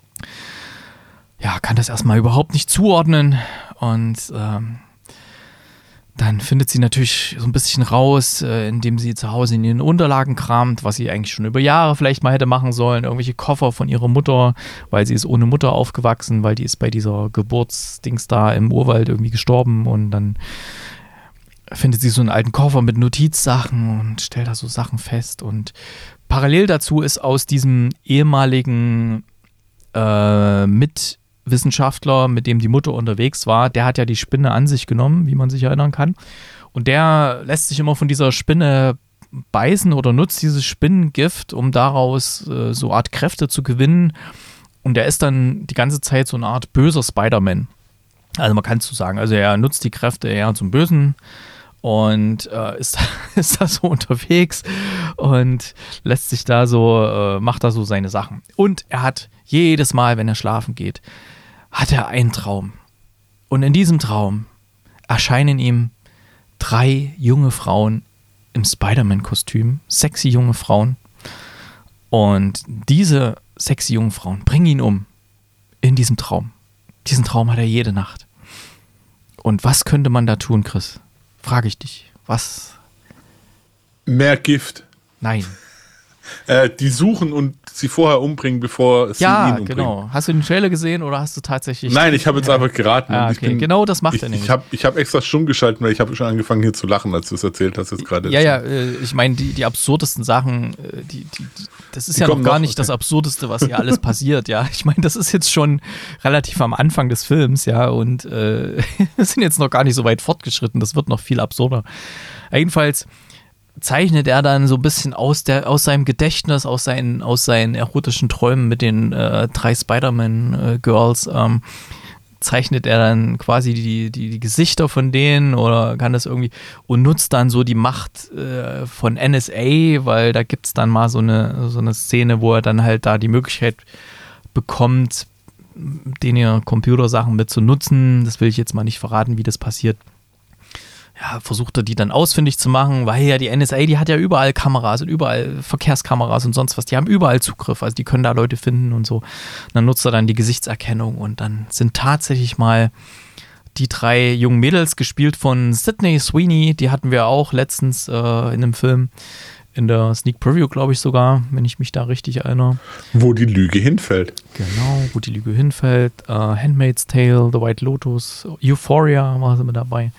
ja, kann das erstmal überhaupt nicht zuordnen und ähm, dann findet sie natürlich so ein bisschen raus, äh, indem sie zu Hause in ihren Unterlagen kramt, was sie eigentlich schon über Jahre vielleicht mal hätte machen sollen. Irgendwelche Koffer von ihrer Mutter, weil sie ist ohne Mutter aufgewachsen, weil die ist bei dieser Geburtsdings da im Urwald irgendwie gestorben. Und dann findet sie so einen alten Koffer mit Notizsachen und stellt da so Sachen fest. Und parallel dazu ist aus diesem ehemaligen äh, mit Wissenschaftler, mit dem die Mutter unterwegs war, der hat ja die Spinne an sich genommen, wie man sich erinnern kann. Und der lässt sich immer von dieser Spinne beißen oder nutzt dieses Spinnengift, um daraus äh, so eine Art Kräfte zu gewinnen. Und der ist dann die ganze Zeit so eine Art böser Spider-Man. Also man kann es so sagen. Also er nutzt die Kräfte eher zum Bösen und äh, ist, ist da so unterwegs und lässt sich da so, äh, macht da so seine Sachen. Und er hat jedes Mal, wenn er schlafen geht, hat er einen Traum. Und in diesem Traum erscheinen ihm drei junge Frauen im Spider-Man-Kostüm, sexy junge Frauen. Und diese sexy jungen Frauen bringen ihn um in diesem Traum. Diesen Traum hat er jede Nacht. Und was könnte man da tun, Chris? Frage ich dich. Was? Mehr Gift. Nein. Äh, die suchen und sie vorher umbringen, bevor sie ja, ihn umbringen. Ja, genau. Hast du den Trailer gesehen oder hast du tatsächlich... Nein, ich habe jetzt einfach geraten. Ah, okay. Ich bin, genau das macht ich, er nämlich. Ich habe ich hab extra stumm geschalten, weil ich habe schon angefangen hier zu lachen, als du es erzählt hast. Jetzt gerade. Ja, ja, äh, ich meine, die, die absurdesten Sachen, äh, die, die, die, das ist die ja noch gar noch, nicht okay. das Absurdeste, was hier alles passiert, ja. Ich meine, das ist jetzt schon relativ am Anfang des Films, ja, und äh, wir sind jetzt noch gar nicht so weit fortgeschritten, das wird noch viel absurder. Jedenfalls zeichnet er dann so ein bisschen aus, der, aus seinem Gedächtnis, aus seinen, aus seinen erotischen Träumen mit den äh, drei Spider-Man-Girls, ähm, zeichnet er dann quasi die, die, die Gesichter von denen oder kann das irgendwie und nutzt dann so die Macht äh, von N S A, weil da gibt es dann mal so eine, so eine Szene, wo er dann halt da die Möglichkeit bekommt, den ihr Computersachen mit zu nutzen. Das will ich jetzt mal nicht verraten, wie das passiert. Ja, versucht er die dann ausfindig zu machen, weil ja die N S A, die hat ja überall Kameras und überall Verkehrskameras und sonst was. Die haben überall Zugriff, also die können da Leute finden und so. Und dann nutzt er dann die Gesichtserkennung und dann sind tatsächlich mal die drei jungen Mädels, gespielt von Sydney Sweeney, die hatten wir auch letztens äh, in einem Film, in der Sneak Preview, glaube ich sogar, wenn ich mich da richtig erinnere. Wo die Lüge hinfällt. Genau, wo die Lüge hinfällt. Uh, Handmaid's Tale, The White Lotus, Euphoria war sie mit dabei.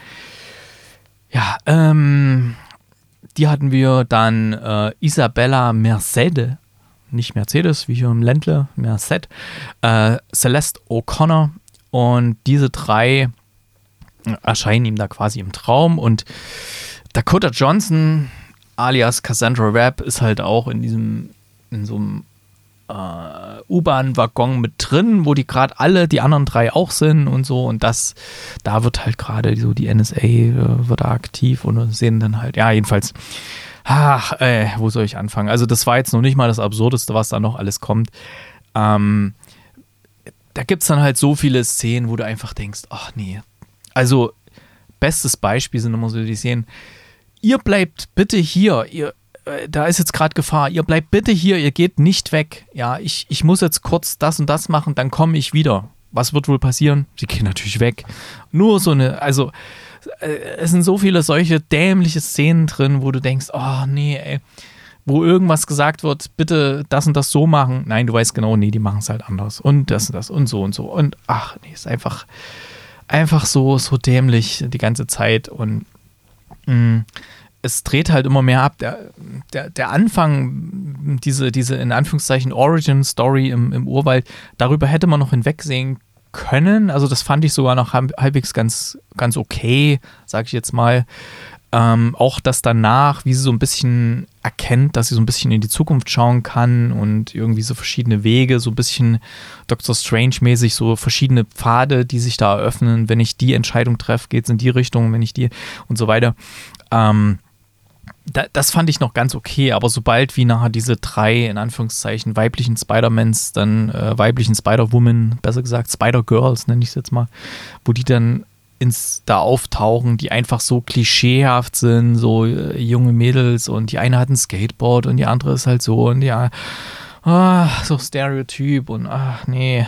Ja, ähm, die hatten wir dann äh, Isabella Merced, nicht Mercedes, wie hier im Ländle, Merced, äh, Celeste O'Connor und diese drei erscheinen ihm da quasi im Traum und Dakota Johnson alias Cassandra Webb ist halt auch in diesem, in so einem äh, U-Bahn-Waggon mit drin, wo die gerade alle, die anderen drei auch sind und so. Und das, da wird halt gerade so die N S A äh, wird da aktiv und sehen dann halt, ja, jedenfalls, ach, äh, wo soll ich anfangen? Also das war jetzt noch nicht mal das Absurdeste, was da noch alles kommt. Ähm, da gibt es dann halt so viele Szenen, wo du einfach denkst, ach nee. Also, bestes Beispiel sind immer so die Szenen, ihr bleibt bitte hier, ihr da ist jetzt gerade Gefahr, ihr bleibt bitte hier, ihr geht nicht weg. Ja, ich, ich muss jetzt kurz das und das machen, dann komme ich wieder. Was wird wohl passieren? Sie gehen natürlich weg. Nur so eine, also äh, es sind so viele solche dämliche Szenen drin, wo du denkst, oh nee, ey, wo irgendwas gesagt wird, bitte das und das so machen. Nein, du weißt genau, nee, die machen es halt anders. Und das und das und so und so. Und ach, nee, ist einfach, einfach so, so dämlich die ganze Zeit. Und mh, es dreht halt immer mehr ab. Der, der, der Anfang, diese, diese in Anführungszeichen Origin-Story im, im Urwald, darüber hätte man noch hinwegsehen können. Also das fand ich sogar noch halbwegs ganz, ganz okay, sag ich jetzt mal. Ähm, auch das danach, wie sie so ein bisschen erkennt, dass sie so ein bisschen in die Zukunft schauen kann und irgendwie so verschiedene Wege, so ein bisschen Doctor Strange-mäßig, so verschiedene Pfade, die sich da eröffnen. Wenn ich die Entscheidung treffe, geht es in die Richtung, wenn ich die und so weiter. Ähm, Da, das fand ich noch ganz okay, aber sobald wie nachher diese drei, in Anführungszeichen, weiblichen Spider-Mans, dann äh, weiblichen Spider-Woman, besser gesagt Spider-Girls, nenne ich es jetzt mal, wo die dann ins da auftauchen, die einfach so klischeehaft sind, so äh, junge Mädels und die eine hat ein Skateboard und die andere ist halt so und ja, ah, so Stereotyp und ach nee.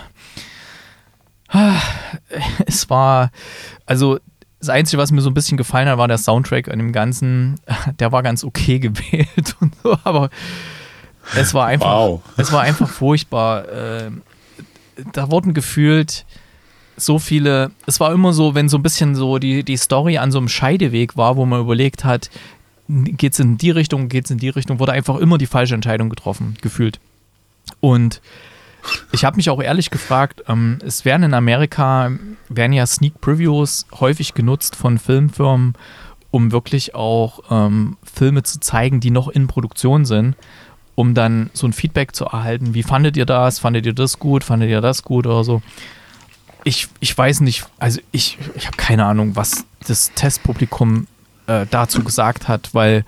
Ah, es war, also das Einzige, was mir so ein bisschen gefallen hat, war der Soundtrack an dem Ganzen. Der war ganz okay gewählt und so, aber es war einfach, wow. es war einfach furchtbar. Da wurden gefühlt so viele, es war immer so, wenn so ein bisschen so die, die Story an so einem Scheideweg war, wo man überlegt hat, geht's in die Richtung, geht's in die Richtung, wurde einfach immer die falsche Entscheidung getroffen, gefühlt. Und ich habe mich auch ehrlich gefragt, ähm, es werden in Amerika, werden ja Sneak Previews häufig genutzt von Filmfirmen, um wirklich auch ähm, Filme zu zeigen, die noch in Produktion sind, um dann so ein Feedback zu erhalten. Wie fandet ihr das? Fandet ihr das gut? Fandet ihr das gut oder so? Ich, ich weiß nicht, also ich, ich habe keine Ahnung, was das Testpublikum äh, dazu gesagt hat, weil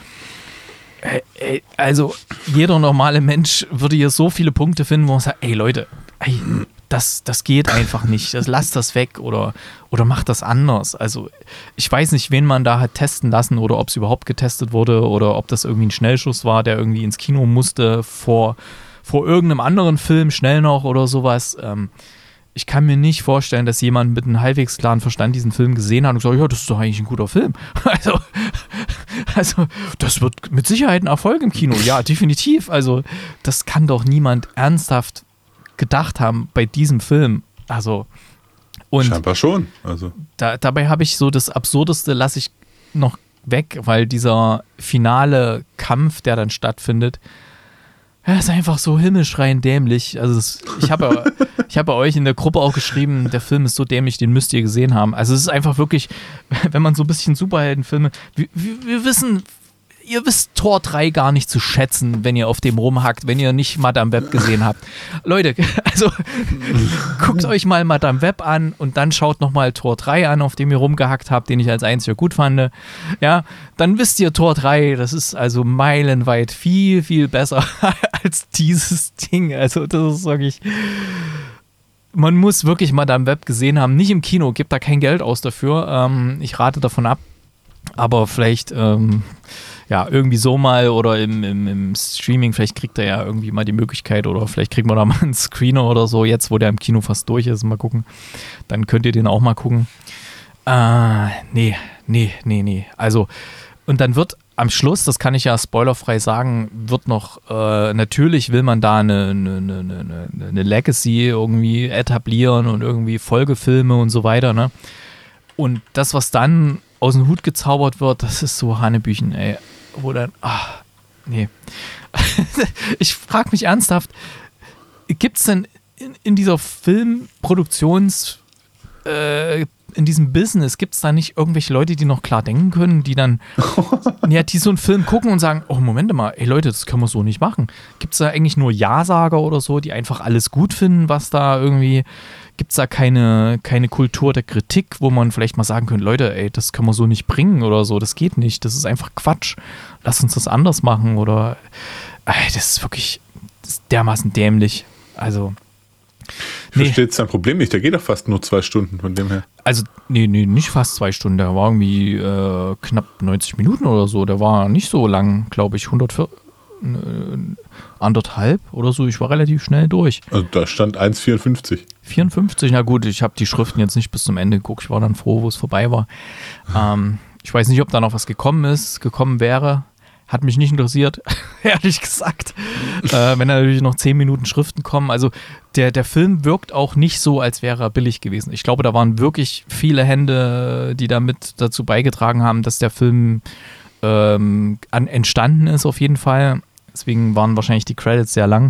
also jeder normale Mensch würde hier so viele Punkte finden, wo man sagt, ey Leute, ey, das, das geht einfach nicht, das, lasst das weg oder, oder macht das anders. Also ich weiß nicht, wen man da hat testen lassen oder ob es überhaupt getestet wurde oder ob das irgendwie ein Schnellschuss war, der irgendwie ins Kino musste vor, vor irgendeinem anderen Film schnell noch oder sowas. Ähm, ich kann mir nicht vorstellen, dass jemand mit einem halbwegs klaren Verstand diesen Film gesehen hat und gesagt, ja, das ist doch eigentlich ein guter Film. Also, also das wird mit Sicherheit ein Erfolg im Kino. Ja, definitiv. Also das kann doch niemand ernsthaft gedacht haben bei diesem Film. Also und scheinbar schon. Also. Da, dabei habe ich so das Absurdeste, lasse ich noch weg, weil dieser finale Kampf, der dann stattfindet, ja, ist einfach so himmelschreiend dämlich. Also es, ich habe ich habe euch in der Gruppe auch geschrieben, der Film ist so dämlich, den müsst ihr gesehen haben. Also es ist einfach wirklich, wenn man so ein bisschen Superheldenfilme, wir, wir, wir wissen, ihr wisst Tor drei gar nicht zu schätzen, wenn ihr auf dem rumhackt, wenn ihr nicht Madame Web gesehen habt. Leute, also guckt euch mal Madame Web an und dann schaut nochmal Tor drei an, auf dem ihr rumgehackt habt, den ich als einziger gut fand. Ja, dann wisst ihr Tor drei, das ist also meilenweit viel, viel besser als dieses Ding. Also das ist wirklich, man muss wirklich Madame Web gesehen haben. Nicht im Kino, gebt da kein Geld aus dafür. Ähm, ich rate davon ab. Aber vielleicht ähm, ja, irgendwie so mal oder im, im, im Streaming, vielleicht kriegt er ja irgendwie mal die Möglichkeit oder vielleicht kriegen wir da mal einen Screener oder so, jetzt wo der im Kino fast durch ist, mal gucken. Dann könnt ihr den auch mal gucken. Äh, nee, nee, nee, nee. Also, und dann wird am Schluss, das kann ich ja spoilerfrei sagen, wird noch, äh, natürlich will man da eine, eine, eine, eine, eine Legacy irgendwie etablieren und irgendwie Folgefilme und so weiter, ne? Und das, was dann aus dem Hut gezaubert wird, das ist so Hanebüchen, ey. Wo dann, ach, nee. Ich frage mich ernsthaft, gibt es denn in, in dieser Filmproduktions- äh, in diesem Business, gibt es da nicht irgendwelche Leute, die noch klar denken können, die dann, ja, die so einen Film gucken und sagen, oh, Moment mal, ey Leute, das können wir so nicht machen. Gibt es da eigentlich nur Ja-Sager oder so, die einfach alles gut finden, was da irgendwie, gibt es da keine, keine Kultur der Kritik, wo man vielleicht mal sagen könnte, Leute, ey, das können wir so nicht bringen oder so, das geht nicht, das ist einfach Quatsch. Lass uns das anders machen oder, ey, das ist wirklich das ist dermaßen dämlich. Also, Ich nee. verstehe jetzt dein Problem nicht, der geht doch fast nur zwei Stunden von dem her. Also, nee, nee, nicht fast zwei Stunden, der war irgendwie äh, knapp neunzig Minuten oder so, der war nicht so lang, glaube ich, hundertvier, äh, anderthalb oder so, ich war relativ schnell durch. Also da stand eins vierundfünfzig. vierundfünfzig, na gut, ich habe die Schriften jetzt nicht bis zum Ende geguckt, ich war dann froh, wo es vorbei war. ähm, ich weiß nicht, ob da noch was gekommen ist, gekommen wäre. Hat mich nicht interessiert, ehrlich gesagt. äh, wenn da natürlich noch zehn Minuten Schriften kommen. Also der, der Film wirkt auch nicht so, als wäre er billig gewesen. Ich glaube, da waren wirklich viele Hände, die damit dazu beigetragen haben, dass der Film ähm, an, entstanden ist auf jeden Fall. Deswegen waren wahrscheinlich die Credits sehr lang.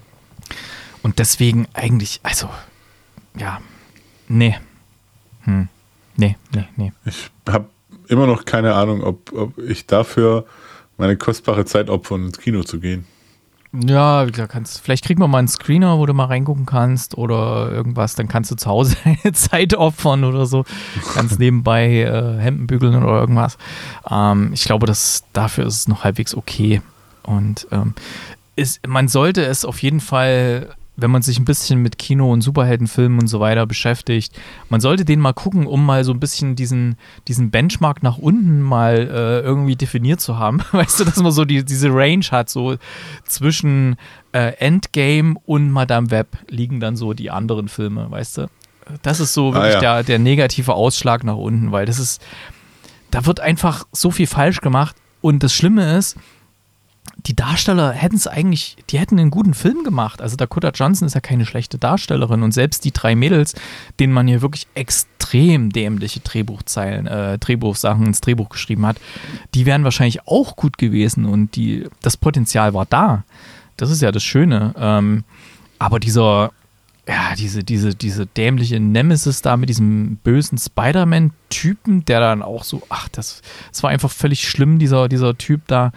Und deswegen eigentlich, also, ja, nee. Hm. Nee, nee, nee. Ich habe immer noch keine Ahnung, ob, ob ich dafür meine kostbare Zeit opfern, ins Kino zu gehen. Ja, da kannst, vielleicht kriegen wir mal einen Screener, wo du mal reingucken kannst oder irgendwas, dann kannst du zu Hause deine Zeit opfern oder so. Kannst nebenbei äh, Hemden bügeln oder irgendwas. Ähm, ich glaube, dass dafür ist es noch halbwegs okay. Und ähm, ist, man sollte es auf jeden Fall, wenn man sich ein bisschen mit Kino und Superheldenfilmen und so weiter beschäftigt, man sollte den mal gucken, um mal so ein bisschen diesen, diesen Benchmark nach unten mal äh, irgendwie definiert zu haben. Weißt du, dass man so die, diese Range hat, so zwischen äh, Endgame und Madame Web liegen dann so die anderen Filme, weißt du? Das ist so wirklich ah, ja. der, der negative Ausschlag nach unten, weil das ist, da wird einfach so viel falsch gemacht und das Schlimme ist, die Darsteller hätten es eigentlich, die hätten einen guten Film gemacht. Also Dakota Johnson ist ja keine schlechte Darstellerin und selbst die drei Mädels, denen man hier wirklich extrem dämliche Drehbuchzeilen, äh, Drehbuchsachen ins Drehbuch geschrieben hat, die wären wahrscheinlich auch gut gewesen und die, das Potenzial war da. Das ist ja das Schöne. Ähm, aber dieser, ja, diese, diese, diese dämliche Nemesis da mit diesem bösen Spider-Man-Typen, der dann auch so, ach, das, das war einfach völlig schlimm, dieser, dieser Typ da.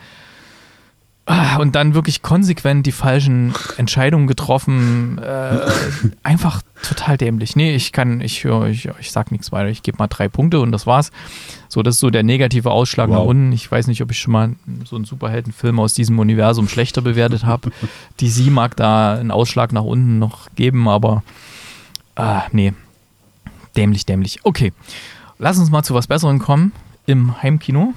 Und dann wirklich konsequent die falschen Entscheidungen getroffen. Äh, einfach total dämlich. Nee, ich kann, ich höre, ich, ich sag nichts weiter. Ich gebe mal drei Punkte und das war's. So, das ist so der negative Ausschlag wow. nach unten. Ich weiß nicht, ob ich schon mal so einen Superheldenfilm aus diesem Universum schlechter bewertet habe. D C mag da einen Ausschlag nach unten noch geben, aber ah, nee. Dämlich, dämlich. Okay. Lass uns mal zu was Besserem kommen. Im Heimkino.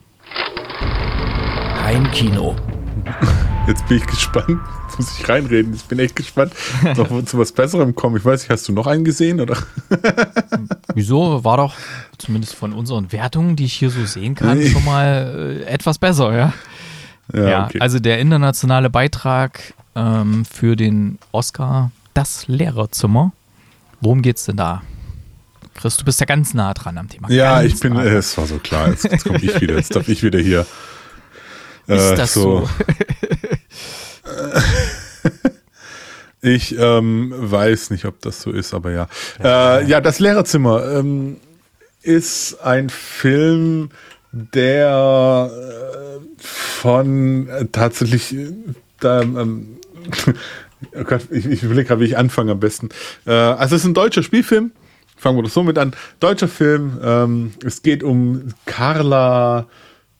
Heimkino. Jetzt bin ich gespannt. Jetzt muss ich reinreden. Ich bin echt gespannt, noch zu was Besserem kommen. Ich weiß nicht, hast du noch einen gesehen? Oder? Wieso? War doch zumindest von unseren Wertungen, die ich hier so sehen kann, schon mal äh, etwas besser, ja? Ja, ja okay. Also der internationale Beitrag ähm, für den Oscar Das Lehrerzimmer. Worum geht's denn da? Chris, du bist ja ganz nah dran am Thema. Ja, ganz ich bin, äh, es war so klar. Jetzt, jetzt komme ich wieder. Jetzt darf ich wieder hier. Ist das so? so? Ich ähm, weiß nicht, ob das so ist, aber ja. Ja, äh, ja das Lehrerzimmer ähm, ist ein Film, der äh, von äh, tatsächlich äh, da, ähm, oh Gott, ich, ich überlege gerade, wie ich anfange am besten. Äh, also es ist ein deutscher Spielfilm. Fangen wir das so mit an. Deutscher Film. Ähm, es geht um Carla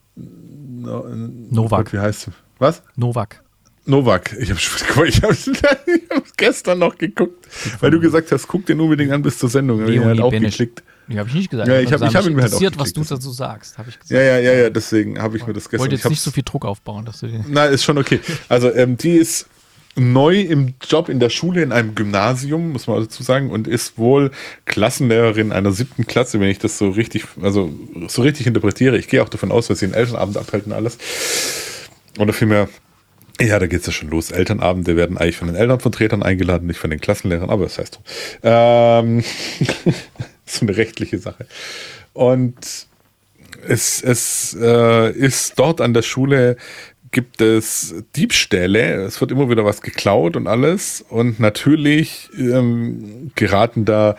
Nowak. Wie heißt sie? Was? Nowak. Nowak. Ich habe ich hab, ich hab gestern noch geguckt, weil du gesagt hast, guck den unbedingt an bis zur Sendung. Leonie halt auch Benisch. geklickt. Ja, habe ich nicht gesagt. Ja, ich habe hab ihn mir halt auch interessiert, was du dazu sagst, habe ich gesagt. Ja, ja, ja, ja, deswegen habe ich mir das gestern. Ich wollte jetzt nicht so viel Druck aufbauen, dass du den. Nein, ist schon okay. Also ähm, die ist neu im Job in der Schule in einem Gymnasium, muss man dazu sagen, und ist wohl Klassenlehrerin einer siebten Klasse, wenn ich das so richtig, also so richtig interpretiere. Ich gehe auch davon aus, dass sie einen Elternabend abhalten alles. Oder vielmehr, ja, da geht es ja schon los. Elternabende werden eigentlich von den Elternvertretern eingeladen, nicht von den Klassenlehrern, aber das heißt so. Ähm, so eine rechtliche Sache. Und es, es äh, ist dort an der Schule gibt es Diebstähle, es wird immer wieder was geklaut und alles und natürlich ähm, geraten da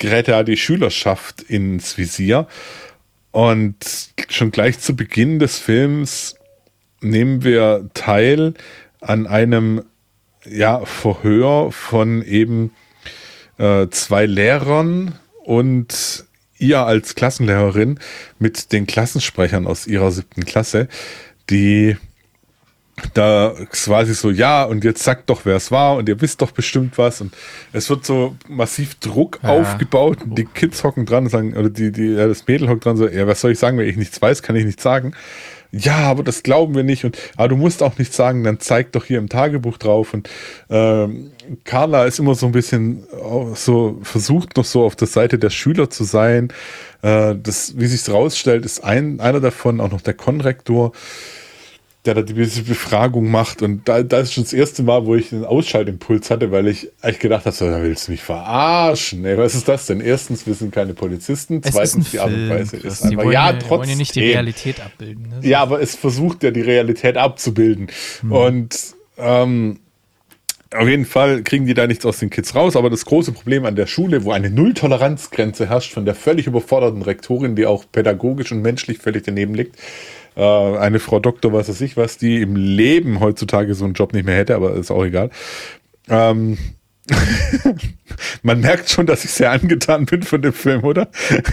gerät ja die Schülerschaft ins Visier. Und schon gleich zu Beginn des Films nehmen wir teil an einem ja, Verhör von eben äh, zwei Lehrern und ihr als Klassenlehrerin mit den Klassensprechern aus ihrer siebten Klasse, die da quasi so, ja, und jetzt sagt doch, wer es war und ihr wisst doch bestimmt was und es wird so massiv Druck ja. aufgebaut und die Kids hocken dran und sagen, oder die, die, ja, das Mädel hockt dran so, ja, was soll ich sagen, wenn ich nichts weiß, kann ich nichts sagen. Ja, aber das glauben wir nicht und aber du musst auch nichts sagen, dann zeig doch hier im Tagebuch drauf und ähm, Carla ist immer so ein bisschen so, versucht noch so auf der Seite der Schüler zu sein. Äh, das, wie sich's rausstellt, ist ein, einer davon auch noch der Konrektor, der da diese Befragung macht und da, da ist schon das erste Mal, wo ich einen Ausschaltimpuls hatte, weil ich eigentlich gedacht habe, so, da willst du mich verarschen. Ey, was ist das denn? Erstens, wir sind keine Polizisten. Es Zweitens, die Art und Weise ist einfach, ja, trotzdem. wollen ja nicht die Realität abbilden. Ne? Ja, aber es versucht ja, die Realität abzubilden. Hm. Und ähm, auf jeden Fall kriegen die da nichts aus den Kids raus, aber das große Problem an der Schule, wo eine Null-Toleranz-Grenze herrscht von der völlig überforderten Rektorin, die auch pädagogisch und menschlich völlig daneben liegt, eine Frau Doktor, was weiß ich was, die im Leben heutzutage so einen Job nicht mehr hätte, aber ist auch egal. Ähm, man merkt schon, dass ich sehr angetan bin von dem Film, oder?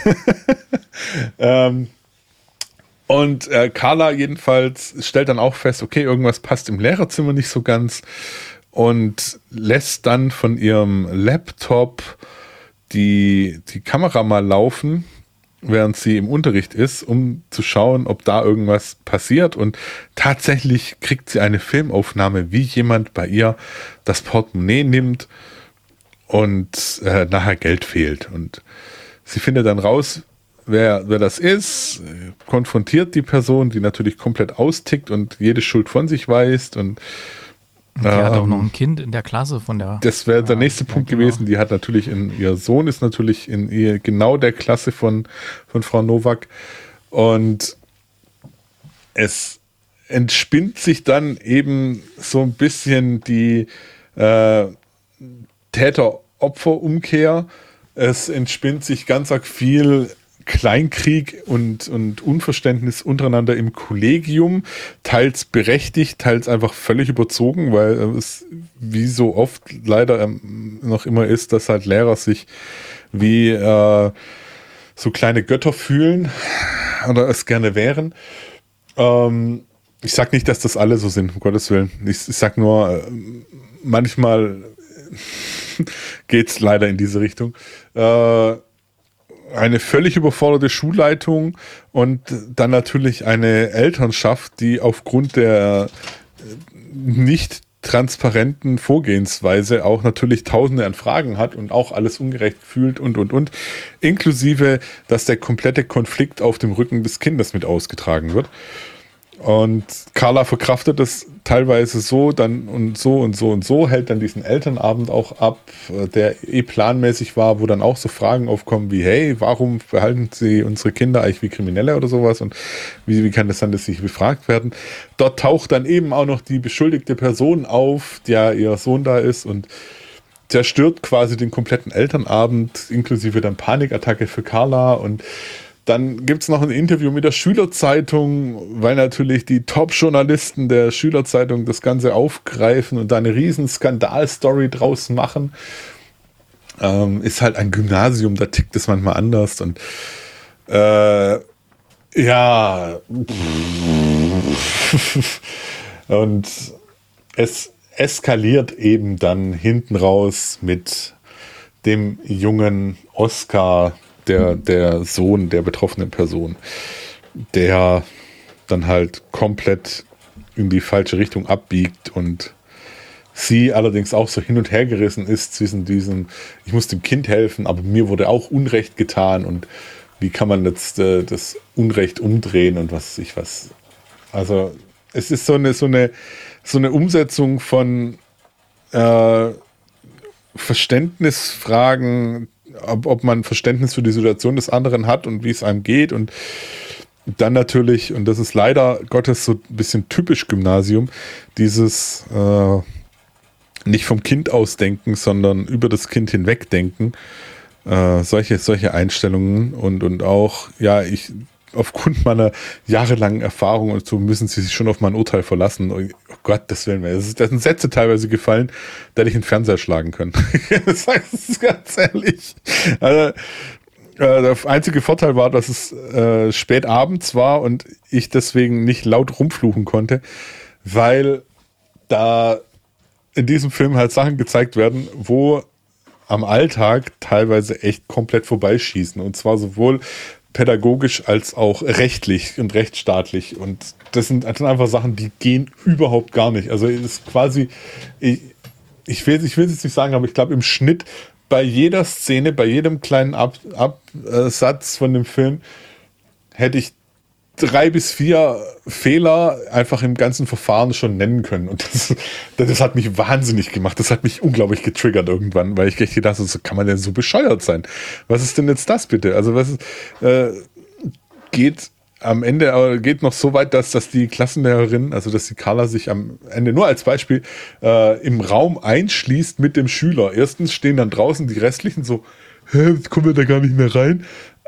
ähm, und äh, Carla jedenfalls stellt dann auch fest, okay, irgendwas passt im Lehrerzimmer nicht so ganz und lässt dann von ihrem Laptop die, die Kamera mal laufen, während sie im Unterricht ist, um zu schauen, ob da irgendwas passiert. Und tatsächlich kriegt sie eine Filmaufnahme, wie jemand bei ihr das Portemonnaie nimmt und äh, nachher Geld fehlt. Und sie findet dann raus, wer, wer das ist, konfrontiert die Person, die natürlich komplett austickt und jede Schuld von sich weist und die ähm, hat auch noch ein Kind in der Klasse von der. Das wäre der nächste ja, Punkt genau. gewesen. Die hat natürlich in, ihr Sohn ist natürlich in ihr, genau der Klasse von, von Frau Nowak. Und es entspinnt sich dann eben so ein bisschen die äh, Täter-Opfer-Umkehr. Es entspinnt sich ganz arg viel Kleinkrieg und, und Unverständnis untereinander im Kollegium, teils berechtigt, teils einfach völlig überzogen, weil es wie so oft leider noch immer ist, dass halt Lehrer sich wie äh, so kleine Götter fühlen oder es gerne wären. Ähm, ich sag nicht, dass das alle so sind, um Gottes Willen. Ich, ich sag nur, manchmal geht's leider in diese Richtung. Äh, Eine völlig überforderte Schulleitung und dann natürlich eine Elternschaft, die aufgrund der nicht transparenten Vorgehensweise auch natürlich Tausende an Fragen hat und auch alles ungerecht fühlt und, und, und. Inklusive, dass der komplette Konflikt auf dem Rücken des Kindes mit ausgetragen wird. Und Carla verkraftet das teilweise so dann und so und so und so, hält dann diesen Elternabend auch ab, der eh planmäßig war, wo dann auch so Fragen aufkommen wie, hey, warum behalten Sie unsere Kinder eigentlich wie Kriminelle oder sowas und wie, wie kann das dann, dass sie befragt werden? Dort taucht dann eben auch noch die beschuldigte Person auf, der ihr Sohn da ist und zerstört quasi den kompletten Elternabend, inklusive dann Panikattacke für Carla und dann gibt es noch ein Interview mit der Schülerzeitung, weil natürlich die Top-Journalisten der Schülerzeitung das Ganze aufgreifen und da eine riesen Skandalstory draus machen. Ähm, ist halt ein Gymnasium, da tickt es manchmal anders und äh, ja und es eskaliert eben dann hinten raus mit dem jungen Oscar, Der, der Sohn der betroffenen Person, der dann halt komplett in die falsche Richtung abbiegt und sie allerdings auch so hin und her gerissen ist zwischen diesem, ich muss dem Kind helfen, aber mir wurde auch Unrecht getan und wie kann man jetzt äh, das Unrecht umdrehen und was weiß ich was. Also es ist so eine, so eine, so eine Umsetzung von äh, Verständnisfragen, Ob, ob man Verständnis für die Situation des anderen hat und wie es einem geht und dann natürlich, und das ist leider Gottes so ein bisschen typisch Gymnasium, dieses äh, nicht vom Kind ausdenken, sondern über das Kind hinwegdenken, äh, solche, solche Einstellungen und, und auch, ja, ich, aufgrund meiner jahrelangen Erfahrung und so müssen sie sich schon auf mein Urteil verlassen. Oh Gott, das will mir. Da sind Sätze teilweise gefallen, da hätte ich den Fernseher schlagen können. Das ist ganz ehrlich. Also, äh, der einzige Vorteil war, dass es äh, spät abends war und ich deswegen nicht laut rumfluchen konnte, weil da in diesem Film halt Sachen gezeigt werden, wo am Alltag teilweise echt komplett vorbeischießen. Und zwar sowohl pädagogisch als auch rechtlich und rechtsstaatlich. Und das sind, das sind einfach Sachen, die gehen überhaupt gar nicht. Also es ist quasi, ich, ich will ich will es jetzt nicht sagen, aber ich glaube im Schnitt bei jeder Szene, bei jedem kleinen Ab, Absatz von dem Film hätte ich drei bis vier Fehler einfach im ganzen Verfahren schon nennen können. Und das, das hat mich wahnsinnig gemacht. Das hat mich unglaublich getriggert irgendwann, weil ich echt gedacht habe, so kann man denn so bescheuert sein? Was ist denn jetzt das bitte? Also was ist, äh, geht am Ende, aber geht noch so weit, dass, dass die Klassenlehrerin, also dass die Carla sich am Ende nur als Beispiel äh, im Raum einschließt mit dem Schüler. Erstens stehen dann draußen die restlichen so, hä, jetzt kommen wir da gar nicht mehr rein.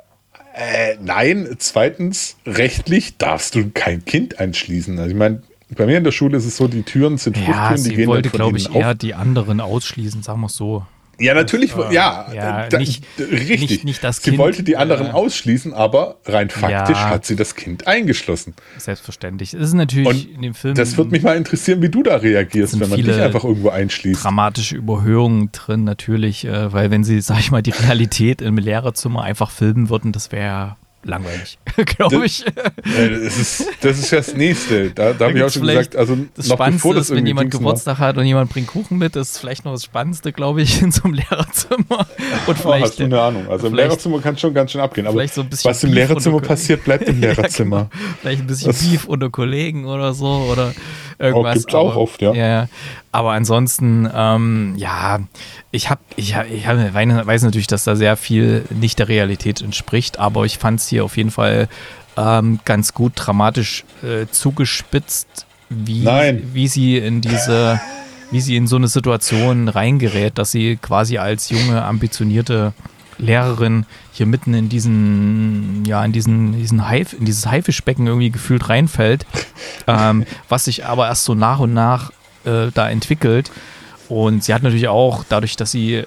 Äh, nein, zweitens, rechtlich darfst du kein Kind einschließen. Also ich meine, bei mir in der Schule ist es so, die Türen sind ja, Fruchttüren, die sie gehen wollte, dann von glaube ich, innen auf. eher die anderen ausschließen, sagen wir es so. Ja, natürlich, Das, äh, ja, ja da, nicht, richtig. Nicht, nicht das sie kind, wollte die anderen äh, ausschließen, aber rein faktisch ja, hat sie das Kind eingeschlossen. Selbstverständlich. Es ist natürlich Und in dem Film. Das würde mich mal interessieren, wie du da reagierst, wenn man dich einfach irgendwo einschließt. Dramatische Überhöhungen drin, natürlich, äh, weil wenn sie, sag ich mal, die Realität im Lehrerzimmer einfach filmen würden, das wäre langweilig, glaube ich. Das ist, das ist ja das Nächste. Da, da habe ich auch schon gesagt, also das noch Spannendste bevor das ist, wenn jemand Dings Geburtstag hat und jemand bringt Kuchen mit, das ist vielleicht noch das Spannendste, glaube ich, in so einem Lehrerzimmer. Und vielleicht, hast du eine Ahnung. Also im Lehrerzimmer kann es schon ganz schön abgehen. Aber so was im Lehrerzimmer passiert, bleibt im Lehrerzimmer. Ja, genau. Vielleicht ein bisschen das Beef unter Kollegen oder so oder irgendwas. Gibt es auch oft, ja. ja. Aber ansonsten, ähm, ja, ich habe, ich, ich hab, weiß natürlich, dass da sehr viel nicht der Realität entspricht, aber ich fand es hier auf jeden Fall ähm, ganz gut dramatisch äh, zugespitzt, wie, wie sie in diese, wie sie in so eine Situation reingerät, dass sie quasi als junge, ambitionierte Lehrerin hier mitten in diesen, ja, in diesen, diesen Haif, in dieses Haifischbecken irgendwie gefühlt reinfällt, ähm, was sich aber erst so nach und nach äh, da entwickelt. Und sie hat natürlich auch, dadurch, dass sie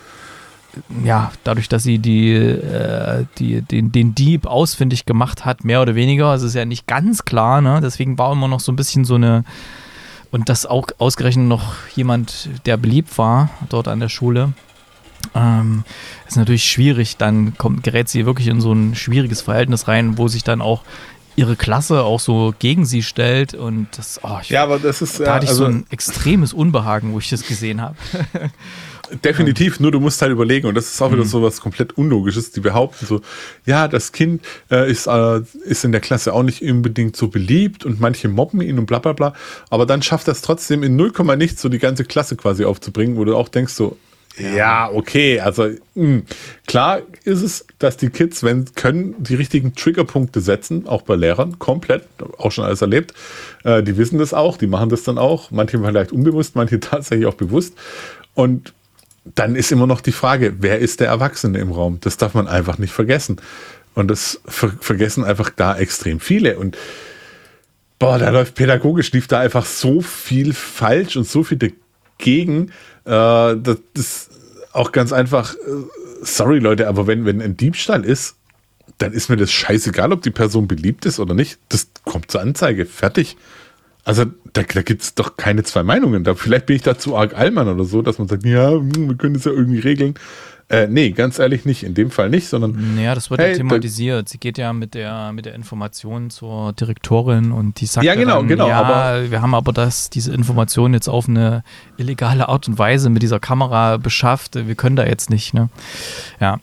ja, dadurch, dass sie die, äh, die, den, den Dieb ausfindig gemacht hat, mehr oder weniger, also ist ja nicht ganz klar, ne? Deswegen war immer noch so ein bisschen so eine, und das auch ausgerechnet noch jemand, der beliebt war dort an der Schule. Ähm, ist natürlich schwierig, dann kommt, gerät sie wirklich in so ein schwieriges Verhältnis rein, wo sich dann auch ihre Klasse auch so gegen sie stellt und das, oh, ich, ja, aber das ist, da ja, hatte ich also so ein extremes Unbehagen, wo ich das gesehen habe. Definitiv, nur du musst halt überlegen, und das ist auch wieder Mhm. so was komplett Unlogisches, die behaupten so, ja, das Kind äh, ist, äh, ist in der Klasse auch nicht unbedingt so beliebt und manche mobben ihn und bla bla bla, aber dann schafft das trotzdem in null Komma nichts so die ganze Klasse quasi aufzubringen, wo du auch denkst so, ja, ja okay, also mh. Klar ist es, dass die Kids, wenn können, die richtigen Triggerpunkte setzen, auch bei Lehrern, komplett, auch schon alles erlebt, äh, die wissen das auch, die machen das dann auch, manche vielleicht unbewusst, manche tatsächlich auch bewusst, und dann ist immer noch die Frage, wer ist der Erwachsene im Raum? Das darf man einfach nicht vergessen. Und das ver- vergessen einfach da extrem viele. Und boah, da läuft pädagogisch, lief da einfach so viel falsch und so viel dagegen. Äh, das ist auch ganz einfach, äh, sorry Leute, aber wenn, wenn ein Diebstahl ist, dann ist mir das scheißegal, ob die Person beliebt ist oder nicht. Das kommt zur Anzeige, fertig. Also da, da gibt es doch keine zwei Meinungen. Da, vielleicht bin ich da zu arg Allmann oder so, dass man sagt, ja, wir können das ja irgendwie regeln. Äh, nee, ganz ehrlich nicht. In dem Fall nicht, sondern Naja, das wird hey, ja thematisiert. Sie geht ja mit der, mit der Information zur Direktorin und die sagt ja, genau, dann, genau, ja, aber wir haben aber das, diese Information jetzt auf eine illegale Art und Weise mit dieser Kamera beschafft. Wir können da jetzt nicht, ne? Ja.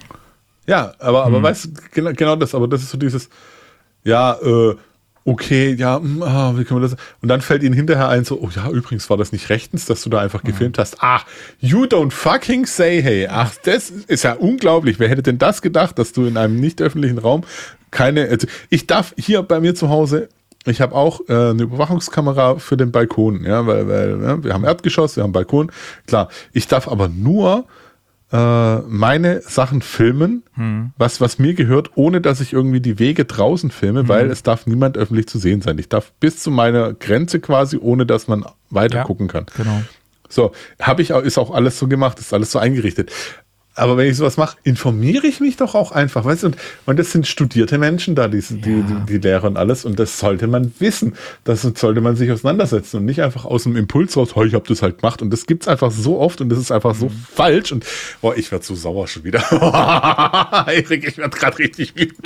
Ja, aber, aber Hm. weißt du, genau, genau das, aber das ist so dieses, ja, äh, okay, ja, mh, ah, wie können wir das? Und dann fällt ihnen hinterher ein, so, oh ja, übrigens war das nicht rechtens, dass du da einfach gefilmt hast. Ach, you don't fucking say hey. Ach, das ist ja unglaublich. Wer hätte denn das gedacht, dass du in einem nicht öffentlichen Raum keine, also ich darf hier bei mir zu Hause, ich habe auch äh, eine Überwachungskamera für den Balkon, ja, weil, weil ja, wir haben Erdgeschoss, wir haben Balkon, klar. Ich darf aber nur äh, meine Sachen filmen, hm. was, was mir gehört, ohne dass ich irgendwie die Wege draußen filme, hm. weil es darf niemand öffentlich zu sehen sein. Ich darf bis zu meiner Grenze quasi, ohne dass man weiter ja, gucken kann. Genau. So, habe ich auch, ist auch alles so gemacht, ist alles so eingerichtet. Aber wenn ich sowas mache, informiere ich mich doch auch einfach, weißt du? Und, und das sind studierte Menschen da, die, ja. die, die, die Lehrer und alles. Und das sollte man wissen. Das sollte man sich auseinandersetzen und nicht einfach aus dem Impuls raus, oh, ich habe das halt gemacht. Und das gibt's einfach so oft und das ist einfach mhm. so falsch. Und boah, ich werde so sauer schon wieder. Erik, ich werde gerade richtig wütend.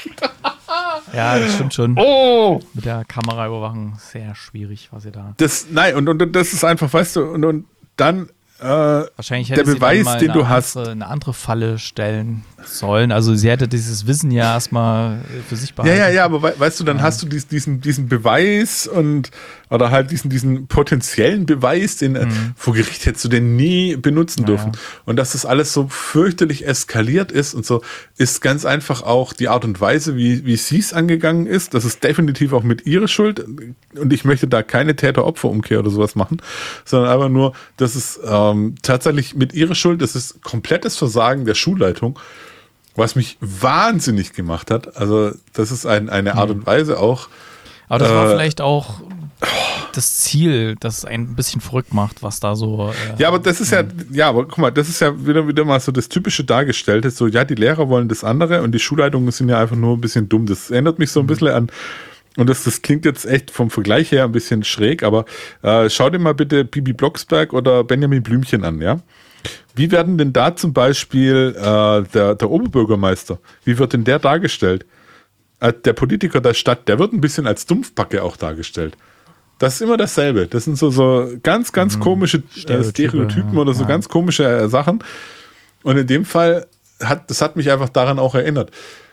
Ja, das stimmt schon. Oh! Mit der Kameraüberwachung sehr schwierig, was ihr da. Das, nein, und, und das ist einfach, weißt du, und, und dann. Äh, Wahrscheinlich hätte der Beweis, sie den du eine hast, andere, eine andere Falle stellen sollen. Also sie hätte dieses Wissen ja erstmal für sich behalten. Ja, ja, ja, aber we- weißt du, dann ja. hast du dies, diesen, diesen Beweis und oder halt diesen, diesen potenziellen Beweis, den mhm. vor Gericht hättest du den nie benutzen ja, dürfen. Ja. Und dass das alles so fürchterlich eskaliert ist und so, ist ganz einfach auch die Art und Weise, wie, wie sie es angegangen ist. Das ist definitiv auch mit ihrer Schuld. Und ich möchte da keine Täter-Opfer-Umkehr oder sowas machen, sondern einfach nur, dass es ähm, tatsächlich mit ihrer Schuld, das ist komplettes Versagen der Schulleitung, was mich wahnsinnig gemacht hat. Also das ist ein, eine Art und Weise auch. Aber das äh, war vielleicht auch das Ziel, das es ein bisschen verrückt macht, was da so. Äh, ja, aber das ist ja, ja, aber guck mal, das ist ja wieder, wieder mal so das typische Dargestellte. So, ja, die Lehrer wollen das andere und die Schulleitungen sind ja einfach nur ein bisschen dumm. Das erinnert mich so ein bisschen an, und das, das klingt jetzt echt vom Vergleich her ein bisschen schräg, aber äh, schau dir mal bitte Bibi Blocksberg oder Benjamin Blümchen an, ja? Wie werden denn da zum Beispiel äh, der, der Oberbürgermeister, wie wird denn der dargestellt? Äh, der Politiker der Stadt, der wird ein bisschen als Dumpfbacke auch dargestellt. Das ist immer dasselbe. Das sind so, so ganz, ganz mhm. komische Stereotype, Stereotypen oder so ja. ganz komische äh, Sachen. Und in dem Fall hat, das hat mich einfach daran auch erinnert.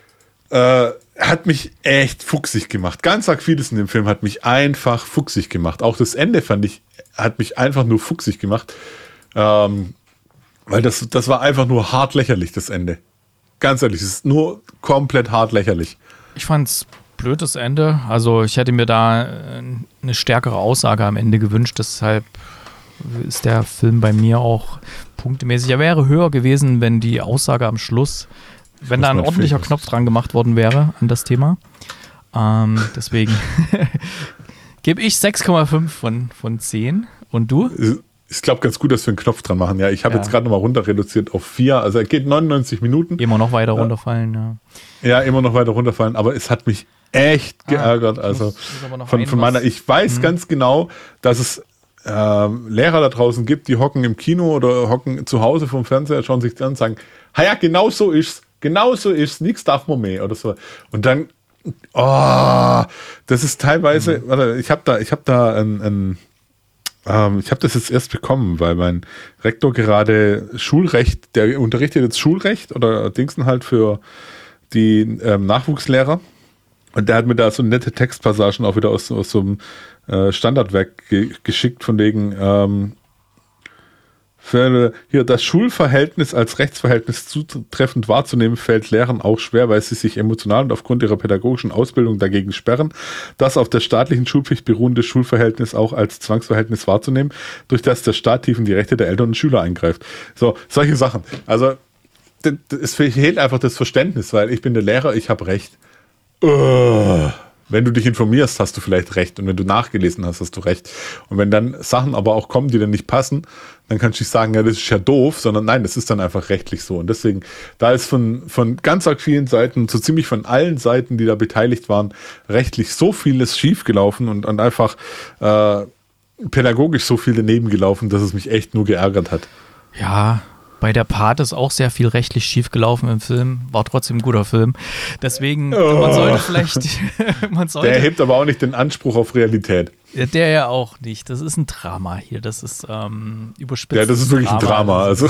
Äh, hat mich echt fuchsig gemacht. Ganz arg vieles in dem Film hat mich einfach fuchsig gemacht. Auch das Ende fand ich, hat mich einfach nur fuchsig gemacht. Ähm, weil das, das war einfach nur hart lächerlich, das Ende. Ganz ehrlich, es ist nur komplett hart lächerlich. Ich fand's blöd, das Ende. Also ich hätte mir da eine stärkere Aussage am Ende gewünscht. Deshalb ist der Film bei mir auch punktemäßig. Er wäre höher gewesen, wenn die Aussage am Schluss, wenn da ein ordentlicher Knopf dran gemacht worden wäre an das Thema. Ähm, deswegen gebe ich sechs Komma fünf von, von zehn. Und du? Ich glaube, ganz gut, dass wir einen Knopf dran machen. Ja, ich habe ja. jetzt gerade nochmal runter reduziert auf vier. Also er geht neunundneunzig Minuten. Immer noch weiter runterfallen, ja. Ja, immer noch weiter runterfallen. Aber es hat mich echt geärgert. Ah, also von, von meiner, ich weiß hm. ganz genau, dass es äh, Lehrer da draußen gibt, die hocken im Kino oder hocken zu Hause vom Fernseher, schauen sich das an und sagen, ha ja, genau so ist's. Genau so ist's. Nichts darf man mehr oder so. Und dann, oh, das ist teilweise, hm. warte, ich habe da, ich habe da ein, ein Ähm, ich habe das jetzt erst bekommen, weil mein Rektor gerade Schulrecht, der unterrichtet jetzt Schulrecht oder Dingsen halt für die ähm, Nachwuchslehrer. Und der hat mir da so nette Textpassagen auch wieder aus, aus so einem äh, Standardwerk ge- geschickt, von wegen ähm, für, hier das Schulverhältnis als Rechtsverhältnis zutreffend wahrzunehmen, fällt Lehrern auch schwer, weil sie sich emotional und aufgrund ihrer pädagogischen Ausbildung dagegen sperren, das auf der staatlichen Schulpflicht beruhende Schulverhältnis auch als Zwangsverhältnis wahrzunehmen, durch das der Staat tief in die Rechte der Eltern und Schüler eingreift. So, solche Sachen. Also, es fehlt einfach das Verständnis, weil ich bin der Lehrer, ich habe Recht. Uh. Wenn du dich informierst, hast du vielleicht recht. Und wenn du nachgelesen hast, hast du recht. Und wenn dann Sachen aber auch kommen, die dann nicht passen, dann kannst du nicht sagen, ja, das ist ja doof, sondern nein, das ist dann einfach rechtlich so. Und deswegen, da ist von, von ganz arg vielen Seiten, so ziemlich von allen Seiten, die da beteiligt waren, rechtlich so vieles schiefgelaufen und, und einfach äh, pädagogisch so viel daneben gelaufen, dass es mich echt nur geärgert hat. Ja, bei der Part ist auch sehr viel rechtlich schief gelaufen im Film. War trotzdem ein guter Film. Deswegen, oh. man sollte vielleicht... man sollte, der hebt aber auch nicht den Anspruch auf Realität. Ja, der ja auch nicht. Das ist ein Drama hier. Das ist ähm, überspitzt. Ja, das ist wirklich Drama. ein Drama. Also.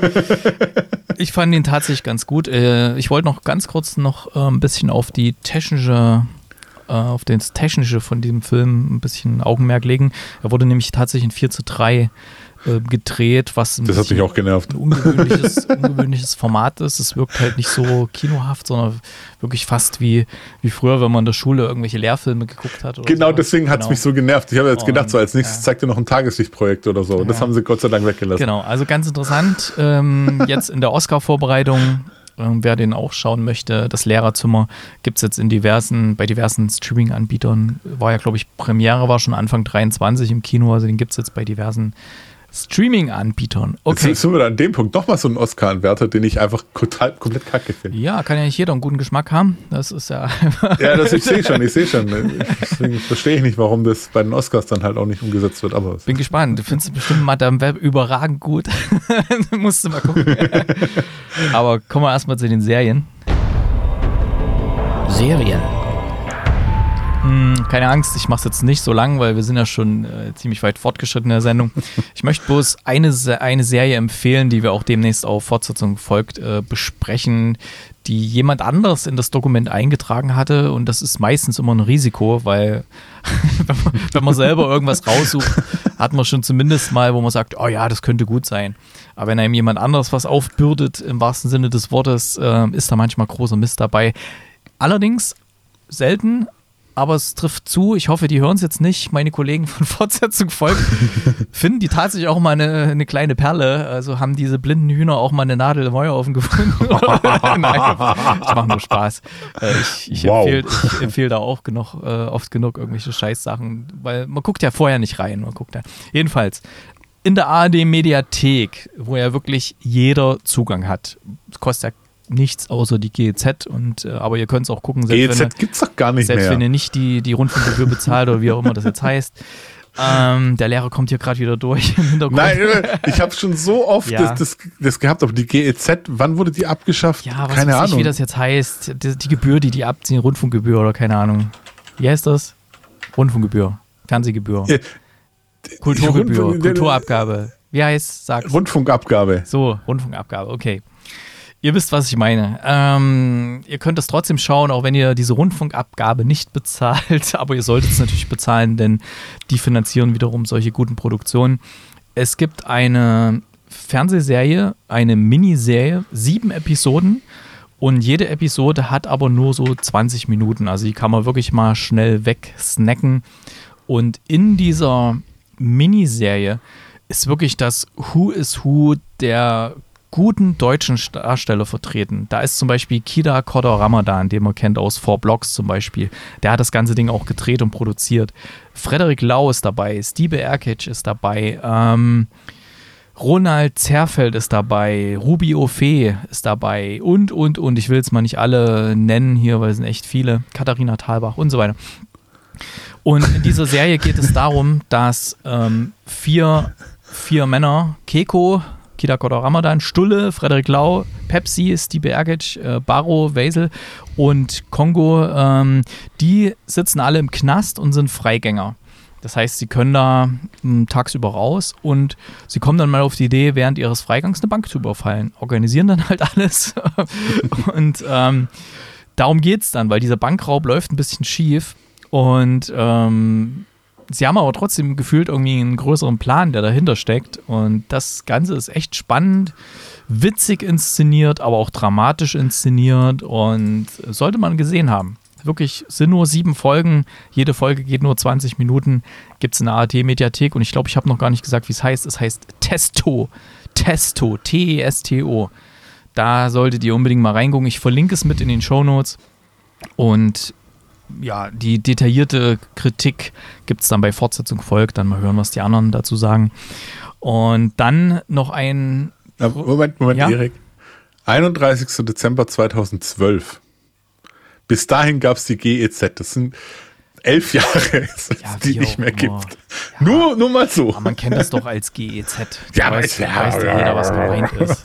Ich fand ihn tatsächlich ganz gut. Ich wollte noch ganz kurz noch ein bisschen auf die technische... auf das Technische von diesem Film ein bisschen Augenmerk legen. Er wurde nämlich tatsächlich in vier zu drei äh, gedreht, was ein das hat mich auch genervt. Ein ungewöhnliches, ungewöhnliches Format ist. Es wirkt halt nicht so kinohaft, sondern wirklich fast wie, wie früher, wenn man in der Schule irgendwelche Lehrfilme geguckt hat. Oder genau, so. deswegen hat es genau. mich so genervt. Ich habe jetzt gedacht, Und, so als nächstes ja. zeigt ihr noch ein Tageslichtprojekt oder so. Und das Ja. haben sie Gott sei Dank weggelassen. Genau, also ganz interessant. Ähm, jetzt in der Oscar-Vorbereitung, ähm, wer den auch schauen möchte, das Lehrerzimmer gibt es jetzt in diversen, bei diversen Streaming-Anbietern. War ja, glaube ich, Premiere war schon Anfang dreiundzwanzig im Kino, also den gibt es jetzt bei diversen Streaming-Anbietern. Okay. Jetzt sind wir da an dem Punkt nochmal so einen Oscar-Anwärter, den ich einfach total, komplett kacke finde. Ja, kann ja nicht jeder einen guten Geschmack haben. Das ist ja. Ja, das ich sehe schon, ich sehe schon. Deswegen verstehe ich nicht, warum das bei den Oscars dann halt auch nicht umgesetzt wird. Aber bin gespannt. Du findest bestimmt Madame Web überragend gut. Musst du mal gucken. Aber kommen wir erstmal zu den Serien. Serien. Keine Angst, ich mache es jetzt nicht so lang, weil wir sind ja schon äh, ziemlich weit fortgeschritten in der Sendung. Ich möchte bloß eine, eine Serie empfehlen, die wir auch demnächst auf Fortsetzung folgt, äh, besprechen, die jemand anderes in das Dokument eingetragen hatte, und das ist meistens immer ein Risiko, weil wenn, man, wenn man selber irgendwas raussucht, hat man schon zumindest mal, wo man sagt, oh ja, das könnte gut sein. Aber wenn einem jemand anderes was aufbürdet, im wahrsten Sinne des Wortes, äh, ist da manchmal großer Mist dabei. Allerdings selten, aber es trifft zu. Ich hoffe, die hören es jetzt nicht. Meine Kollegen von Fortsetzung folgen finden die tatsächlich auch mal eine, eine kleine Perle. Also haben diese blinden Hühner auch mal eine Nadel im Heuhaufen gefunden. Nein, ich mache nur Spaß. Ich, ich Wow. empfehle ich empfehl da auch genug, äh, oft genug irgendwelche Scheißsachen, weil man guckt ja vorher nicht rein. Man guckt ja. Jedenfalls, in der A R D-Mediathek, wo ja wirklich jeder Zugang hat, das kostet ja nichts außer die G E Z, und, äh, aber ihr könnt es auch gucken, G E selbst, wenn, Z gibt es doch gar nicht selbst mehr. wenn ihr nicht die, die Rundfunkgebühr bezahlt oder wie auch immer das jetzt heißt. Ähm, der Lehrer kommt hier gerade wieder durch im Hintergrund. Nein, ich habe schon so oft Ja. das, das, das gehabt, aber die G E Z, wann wurde die abgeschafft? Ja, was keine weiß Ahnung. ich, wie das jetzt heißt. Die, die Gebühr, die die abziehen, Rundfunkgebühr oder keine Ahnung. Wie heißt das? Rundfunkgebühr, Fernsehgebühr, Ja, Kulturgebühr, Rundfunk- Kulturabgabe. Wie heißt, sag's. Rundfunkabgabe. So, Rundfunkabgabe, okay. Ihr wisst, was ich meine. Ähm, ihr könnt es trotzdem schauen, auch wenn ihr diese Rundfunkabgabe nicht bezahlt. Aber ihr solltet es natürlich bezahlen, denn die finanzieren wiederum solche guten Produktionen. Es gibt eine Fernsehserie, eine Miniserie, sieben Episoden. Und jede Episode hat aber nur so zwanzig Minuten. Also die kann man wirklich mal schnell wegsnacken. Und in dieser Miniserie ist wirklich das Who is Who der guten deutschen Darsteller vertreten. Da ist zum Beispiel Kida Kodor Ramadan, den man kennt aus Four Blocks zum Beispiel. Der hat das ganze Ding auch gedreht und produziert. Frederik Lau ist dabei, Stipe Erkic ist dabei, ähm, Ronald Zerfeld ist dabei, Ruby Ofe ist dabei und, und, und. Ich will jetzt mal nicht alle nennen hier, weil es sind echt viele. Katharina Thalbach und so weiter. Und in dieser Serie geht es darum, dass ähm, vier, vier Männer, Keko, Kida Kodor Ramadan, Stulle, Frederik Lau, Pepsi, Stipe Erkic, äh, Baro, Weisel und Kongo, ähm, die sitzen alle im Knast und sind Freigänger. Das heißt, sie können da m, tagsüber raus und sie kommen dann mal auf die Idee, während ihres Freigangs eine Bank zu überfallen. Organisieren dann halt alles. Und ähm, darum geht es dann, weil dieser Bankraub läuft ein bisschen schief. Und ähm, sie haben aber trotzdem gefühlt irgendwie einen größeren Plan, der dahinter steckt. Und das Ganze ist echt spannend, witzig inszeniert, aber auch dramatisch inszeniert und sollte man gesehen haben. Wirklich, sind nur sieben Folgen, jede Folge geht nur zwanzig Minuten, gibt es in der A R D-Mediathek und ich glaube, ich habe noch gar nicht gesagt, wie es heißt. Es heißt Testo, Testo, T E S T O. Da solltet ihr unbedingt mal reingucken. Ich verlinke es mit in den Shownotes und ja, die detaillierte Kritik gibt es dann bei Fortsetzung folgt, dann mal hören, was die anderen dazu sagen. Und dann noch ein... Na, Moment, Moment, Ja? Erik. einunddreißigster Dezember zweitausendzwölf. Bis dahin gab es die G E Z. Das sind elf Jahre, dass es Ja, die wie nicht auch mehr immer. gibt. Ja. Nur, nur mal so. Aber man kennt das doch als G E Z. Ja, weiß, aber- weiß ja jeder, was gemeint ist.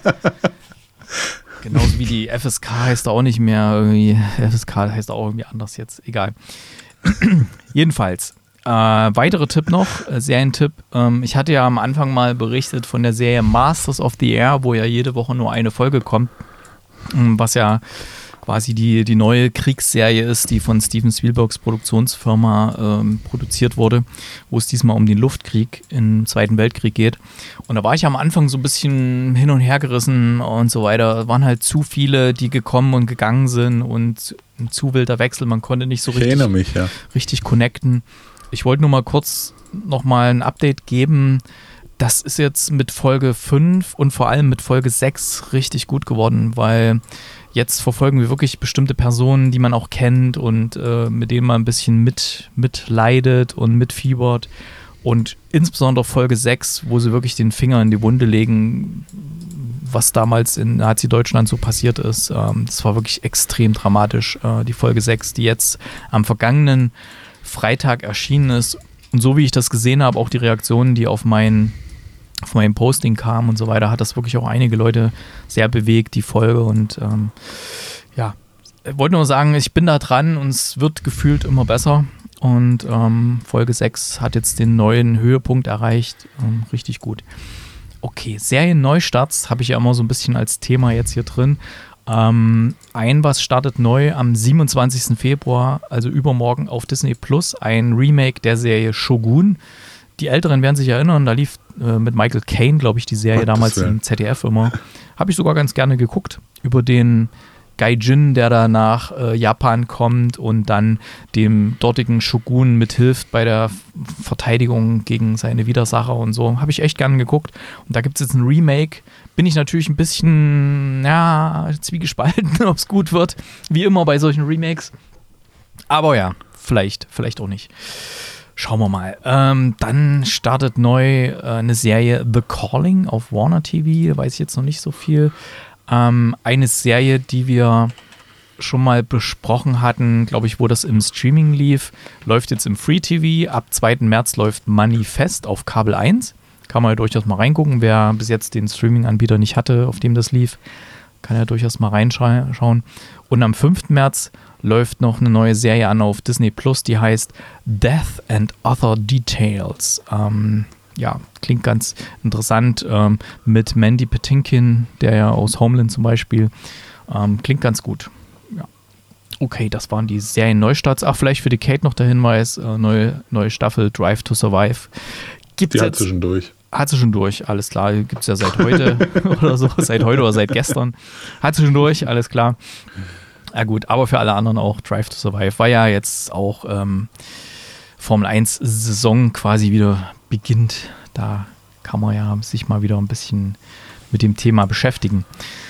Genauso wie die F S K heißt da auch nicht mehr irgendwie. F S K heißt auch irgendwie anders jetzt. Egal. Jedenfalls. Äh, weitere Tipp noch, äh, Serientipp. Ähm, ich hatte ja am Anfang mal berichtet von der Serie Masters of the Air, wo ja jede Woche nur eine Folge kommt. Ähm, was ja quasi die, die neue Kriegsserie ist, die von Steven Spielbergs Produktionsfirma ähm, produziert wurde, wo es diesmal um den Luftkrieg im Zweiten Weltkrieg geht. Und da war ich am Anfang so ein bisschen hin und her gerissen und so weiter. Es waren halt zu viele, die gekommen und gegangen sind und ein zu wilder Wechsel. Man konnte nicht so Ich richtig, erinnere mich, ja. richtig connecten. Ich wollte nur mal kurz nochmal ein Update geben. Das ist jetzt mit Folge fünf und vor allem mit Folge sechs richtig gut geworden, weil jetzt verfolgen wir wirklich bestimmte Personen, die man auch kennt und äh, mit denen man ein bisschen mit, mitleidet und mitfiebert. Und insbesondere Folge sechs, wo sie wirklich den Finger in die Wunde legen, was damals in Nazi-Deutschland so passiert ist. Ähm, das war wirklich extrem dramatisch, äh, die Folge sechs, die jetzt am vergangenen Freitag erschienen ist. Und so wie ich das gesehen habe, auch die Reaktionen, die auf mein, auf mein Posting kamen und so weiter, hat das wirklich auch einige Leute sehr bewegt, die Folge. Und ähm, ja, ich wollte nur sagen, ich bin da dran und es wird gefühlt immer besser. Und ähm, Folge sechs hat jetzt den neuen Höhepunkt erreicht. Ähm, richtig gut. Okay, Serien-Neustarts habe ich ja immer so ein bisschen als Thema jetzt hier drin. Ähm, ein was startet neu am siebenundzwanzigsten Februar, also übermorgen auf Disney Plus, ein Remake der Serie Shogun. Die Älteren werden sich erinnern, da lief äh, mit Michael Caine, glaube ich, die Serie Gott, damals im Z D F immer. Habe ich sogar ganz gerne geguckt, über den Gaijin, der da nach äh, Japan kommt und dann dem dortigen Shogun mithilft bei der Verteidigung gegen seine Widersacher und so. Habe ich echt gerne geguckt. Und da gibt es jetzt ein Remake. Bin ich natürlich ein bisschen, ja, zwiegespalten, ob es gut wird. Wie immer bei solchen Remakes. Aber ja, vielleicht, vielleicht auch nicht. Schauen wir mal. Ähm, dann startet neu äh, eine Serie The Calling auf Warner T V. Da weiß ich jetzt noch nicht so viel. Ähm, eine Serie, die wir schon mal besprochen hatten, glaube ich, wo das im Streaming lief, läuft jetzt im Free T V. Ab zweiten März läuft Manifest auf Kabel eins. Kann man ja durchaus mal reingucken. Wer bis jetzt den Streaming-Anbieter nicht hatte, auf dem das lief, kann ja durchaus mal reinschauen. Und am fünften März läuft noch eine neue Serie an auf Disney Plus, die heißt Death and Other Details. Ähm, ja, klingt ganz interessant, ähm, mit Mandy Patinkin, der ja aus Homeland zum Beispiel, ähm, klingt ganz gut. Ja. Okay, das waren die Serien-Neustarts. Ach, vielleicht für die Kate noch der Hinweis, äh, neue, neue Staffel Drive to Survive. Gibt's die hat jetzt, sie schon durch. Hat sie schon durch, alles klar. Gibt es ja seit heute oder so, seit heute oder seit gestern. Hat sie schon durch, alles klar. Ja gut, aber für alle anderen auch Drive to Survive. War ja jetzt auch ähm, Formel eins Saison quasi wieder beginnt. Da kann man ja sich mal wieder ein bisschen mit dem Thema beschäftigen.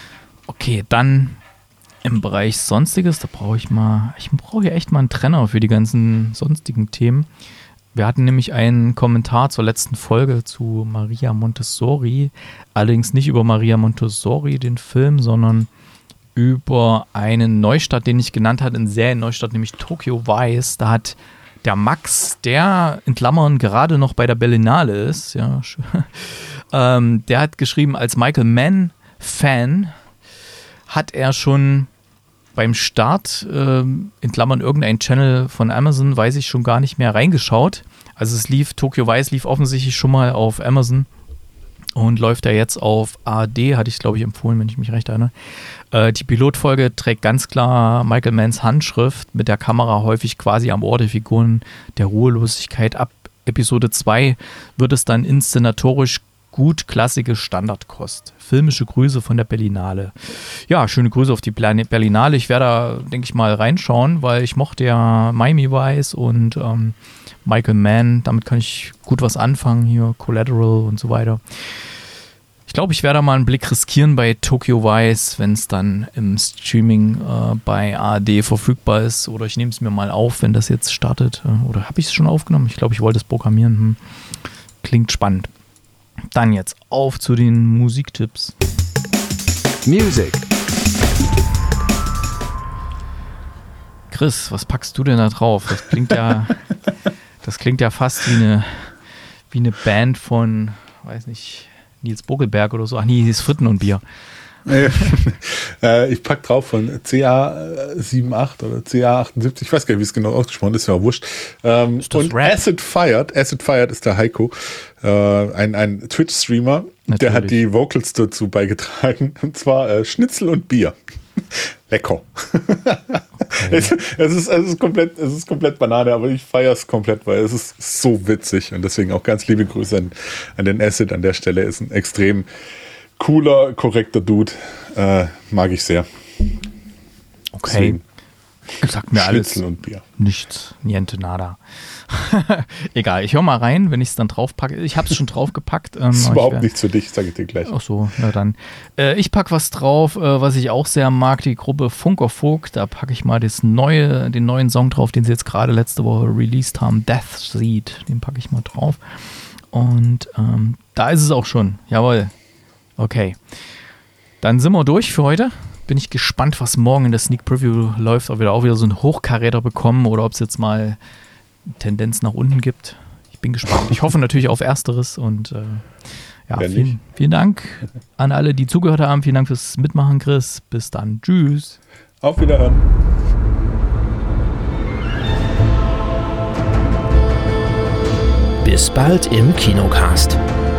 Okay, dann im Bereich Sonstiges, da brauche ich mal, ich brauche ja echt mal einen Trenner für die ganzen sonstigen Themen. Wir hatten nämlich einen Kommentar zur letzten Folge zu Maria Montessori, allerdings nicht über Maria Montessori, den Film, sondern über einen Neustart, den ich genannt hatte, einen Serien-Neustart, nämlich Tokyo Vice. Da hat der Max, der in Klammern gerade noch bei der Berlinale ist, ja, ähm, der hat geschrieben, als Michael Mann-Fan hat er schon beim Start, ähm, in Klammern irgendein Channel von Amazon, weiß ich schon gar nicht mehr, reingeschaut. Also es lief, Tokyo Vice lief offensichtlich schon mal auf Amazon und läuft ja jetzt auf A R D, hatte ich glaube ich empfohlen, wenn ich mich recht erinnere. Äh, die Pilotfolge trägt ganz klar Michael Manns Handschrift, mit der Kamera häufig quasi am Ohr der Figuren, der Ruhelosigkeit. Ab Episode zwei wird es dann inszenatorisch gut klassische Standardkost. Filmische Grüße von der Berlinale. Ja, schöne Grüße auf die Berlinale. Ich werde da, denke ich mal, reinschauen, weil ich mochte ja Miami Vice und ähm, Michael Mann. Damit kann ich gut was anfangen hier. Collateral und so weiter. Ich glaube, ich werde da mal einen Blick riskieren bei Tokyo Vice, wenn es dann im Streaming äh, bei A R D verfügbar ist. Oder ich nehme es mir mal auf, wenn das jetzt startet. Oder habe ich es schon aufgenommen? Ich glaube, ich wollte es programmieren. Hm. Klingt spannend. Dann jetzt auf zu den Musiktipps. Music. Chris, was packst du denn da drauf? Das klingt ja, das klingt ja fast wie eine, wie eine Band von, weiß nicht, Nils Bogelberg oder so. Ach nee, ist Fritten und Bier. äh, ich pack drauf von C A achtundsiebzig oder C A achtundsiebzig, ich weiß gar nicht, wie es genau ausgesprochen ist, ist ja wurscht. Ähm, ist das und Rap? Acid Fired, Acid Fired ist der Heiko, äh, ein, ein Twitch-Streamer, der hat die Vocals dazu beigetragen, und zwar äh, Schnitzel und Bier. Lecker. Okay. Es, es, ist, es, ist komplett, es ist komplett Banane, aber ich feiere es komplett, weil es ist so witzig und deswegen auch ganz liebe Grüße an, an den Acid an der Stelle. Ist ein extrem cooler, korrekter Dude. Äh, mag ich sehr. Okay. Deswegen Sagt mir alles. Schnitzel und Bier. Nichts. Niente, nada. Egal, ich höre mal rein, wenn ich es dann draufpacke. Ich habe es schon draufgepackt. Ähm, Das ist aber überhaupt ich wär- nichts für dich, sage ich dir gleich. Ach so, na dann. Äh, ich packe was drauf, äh, was ich auch sehr mag, die Gruppe Funk of Folk. Da packe ich mal das neue, den neuen Song drauf, den sie jetzt gerade letzte Woche released haben, Death Seed. Den packe ich mal drauf. Und ähm, da ist es auch schon. Jawohl. Okay. Dann sind wir durch für heute. Bin ich gespannt, was morgen in der Sneak Preview läuft. Ob wir da auch wieder so einen Hochkaräter bekommen oder ob es jetzt mal Tendenz nach unten gibt. Ich bin gespannt. Ich hoffe natürlich auf Ersteres und äh, ja, Wenn nicht. vielen, vielen Dank an alle, die zugehört haben. Vielen Dank fürs Mitmachen, Chris. Bis dann. Tschüss. Auf Wiederhören. Bis bald im Kinocast.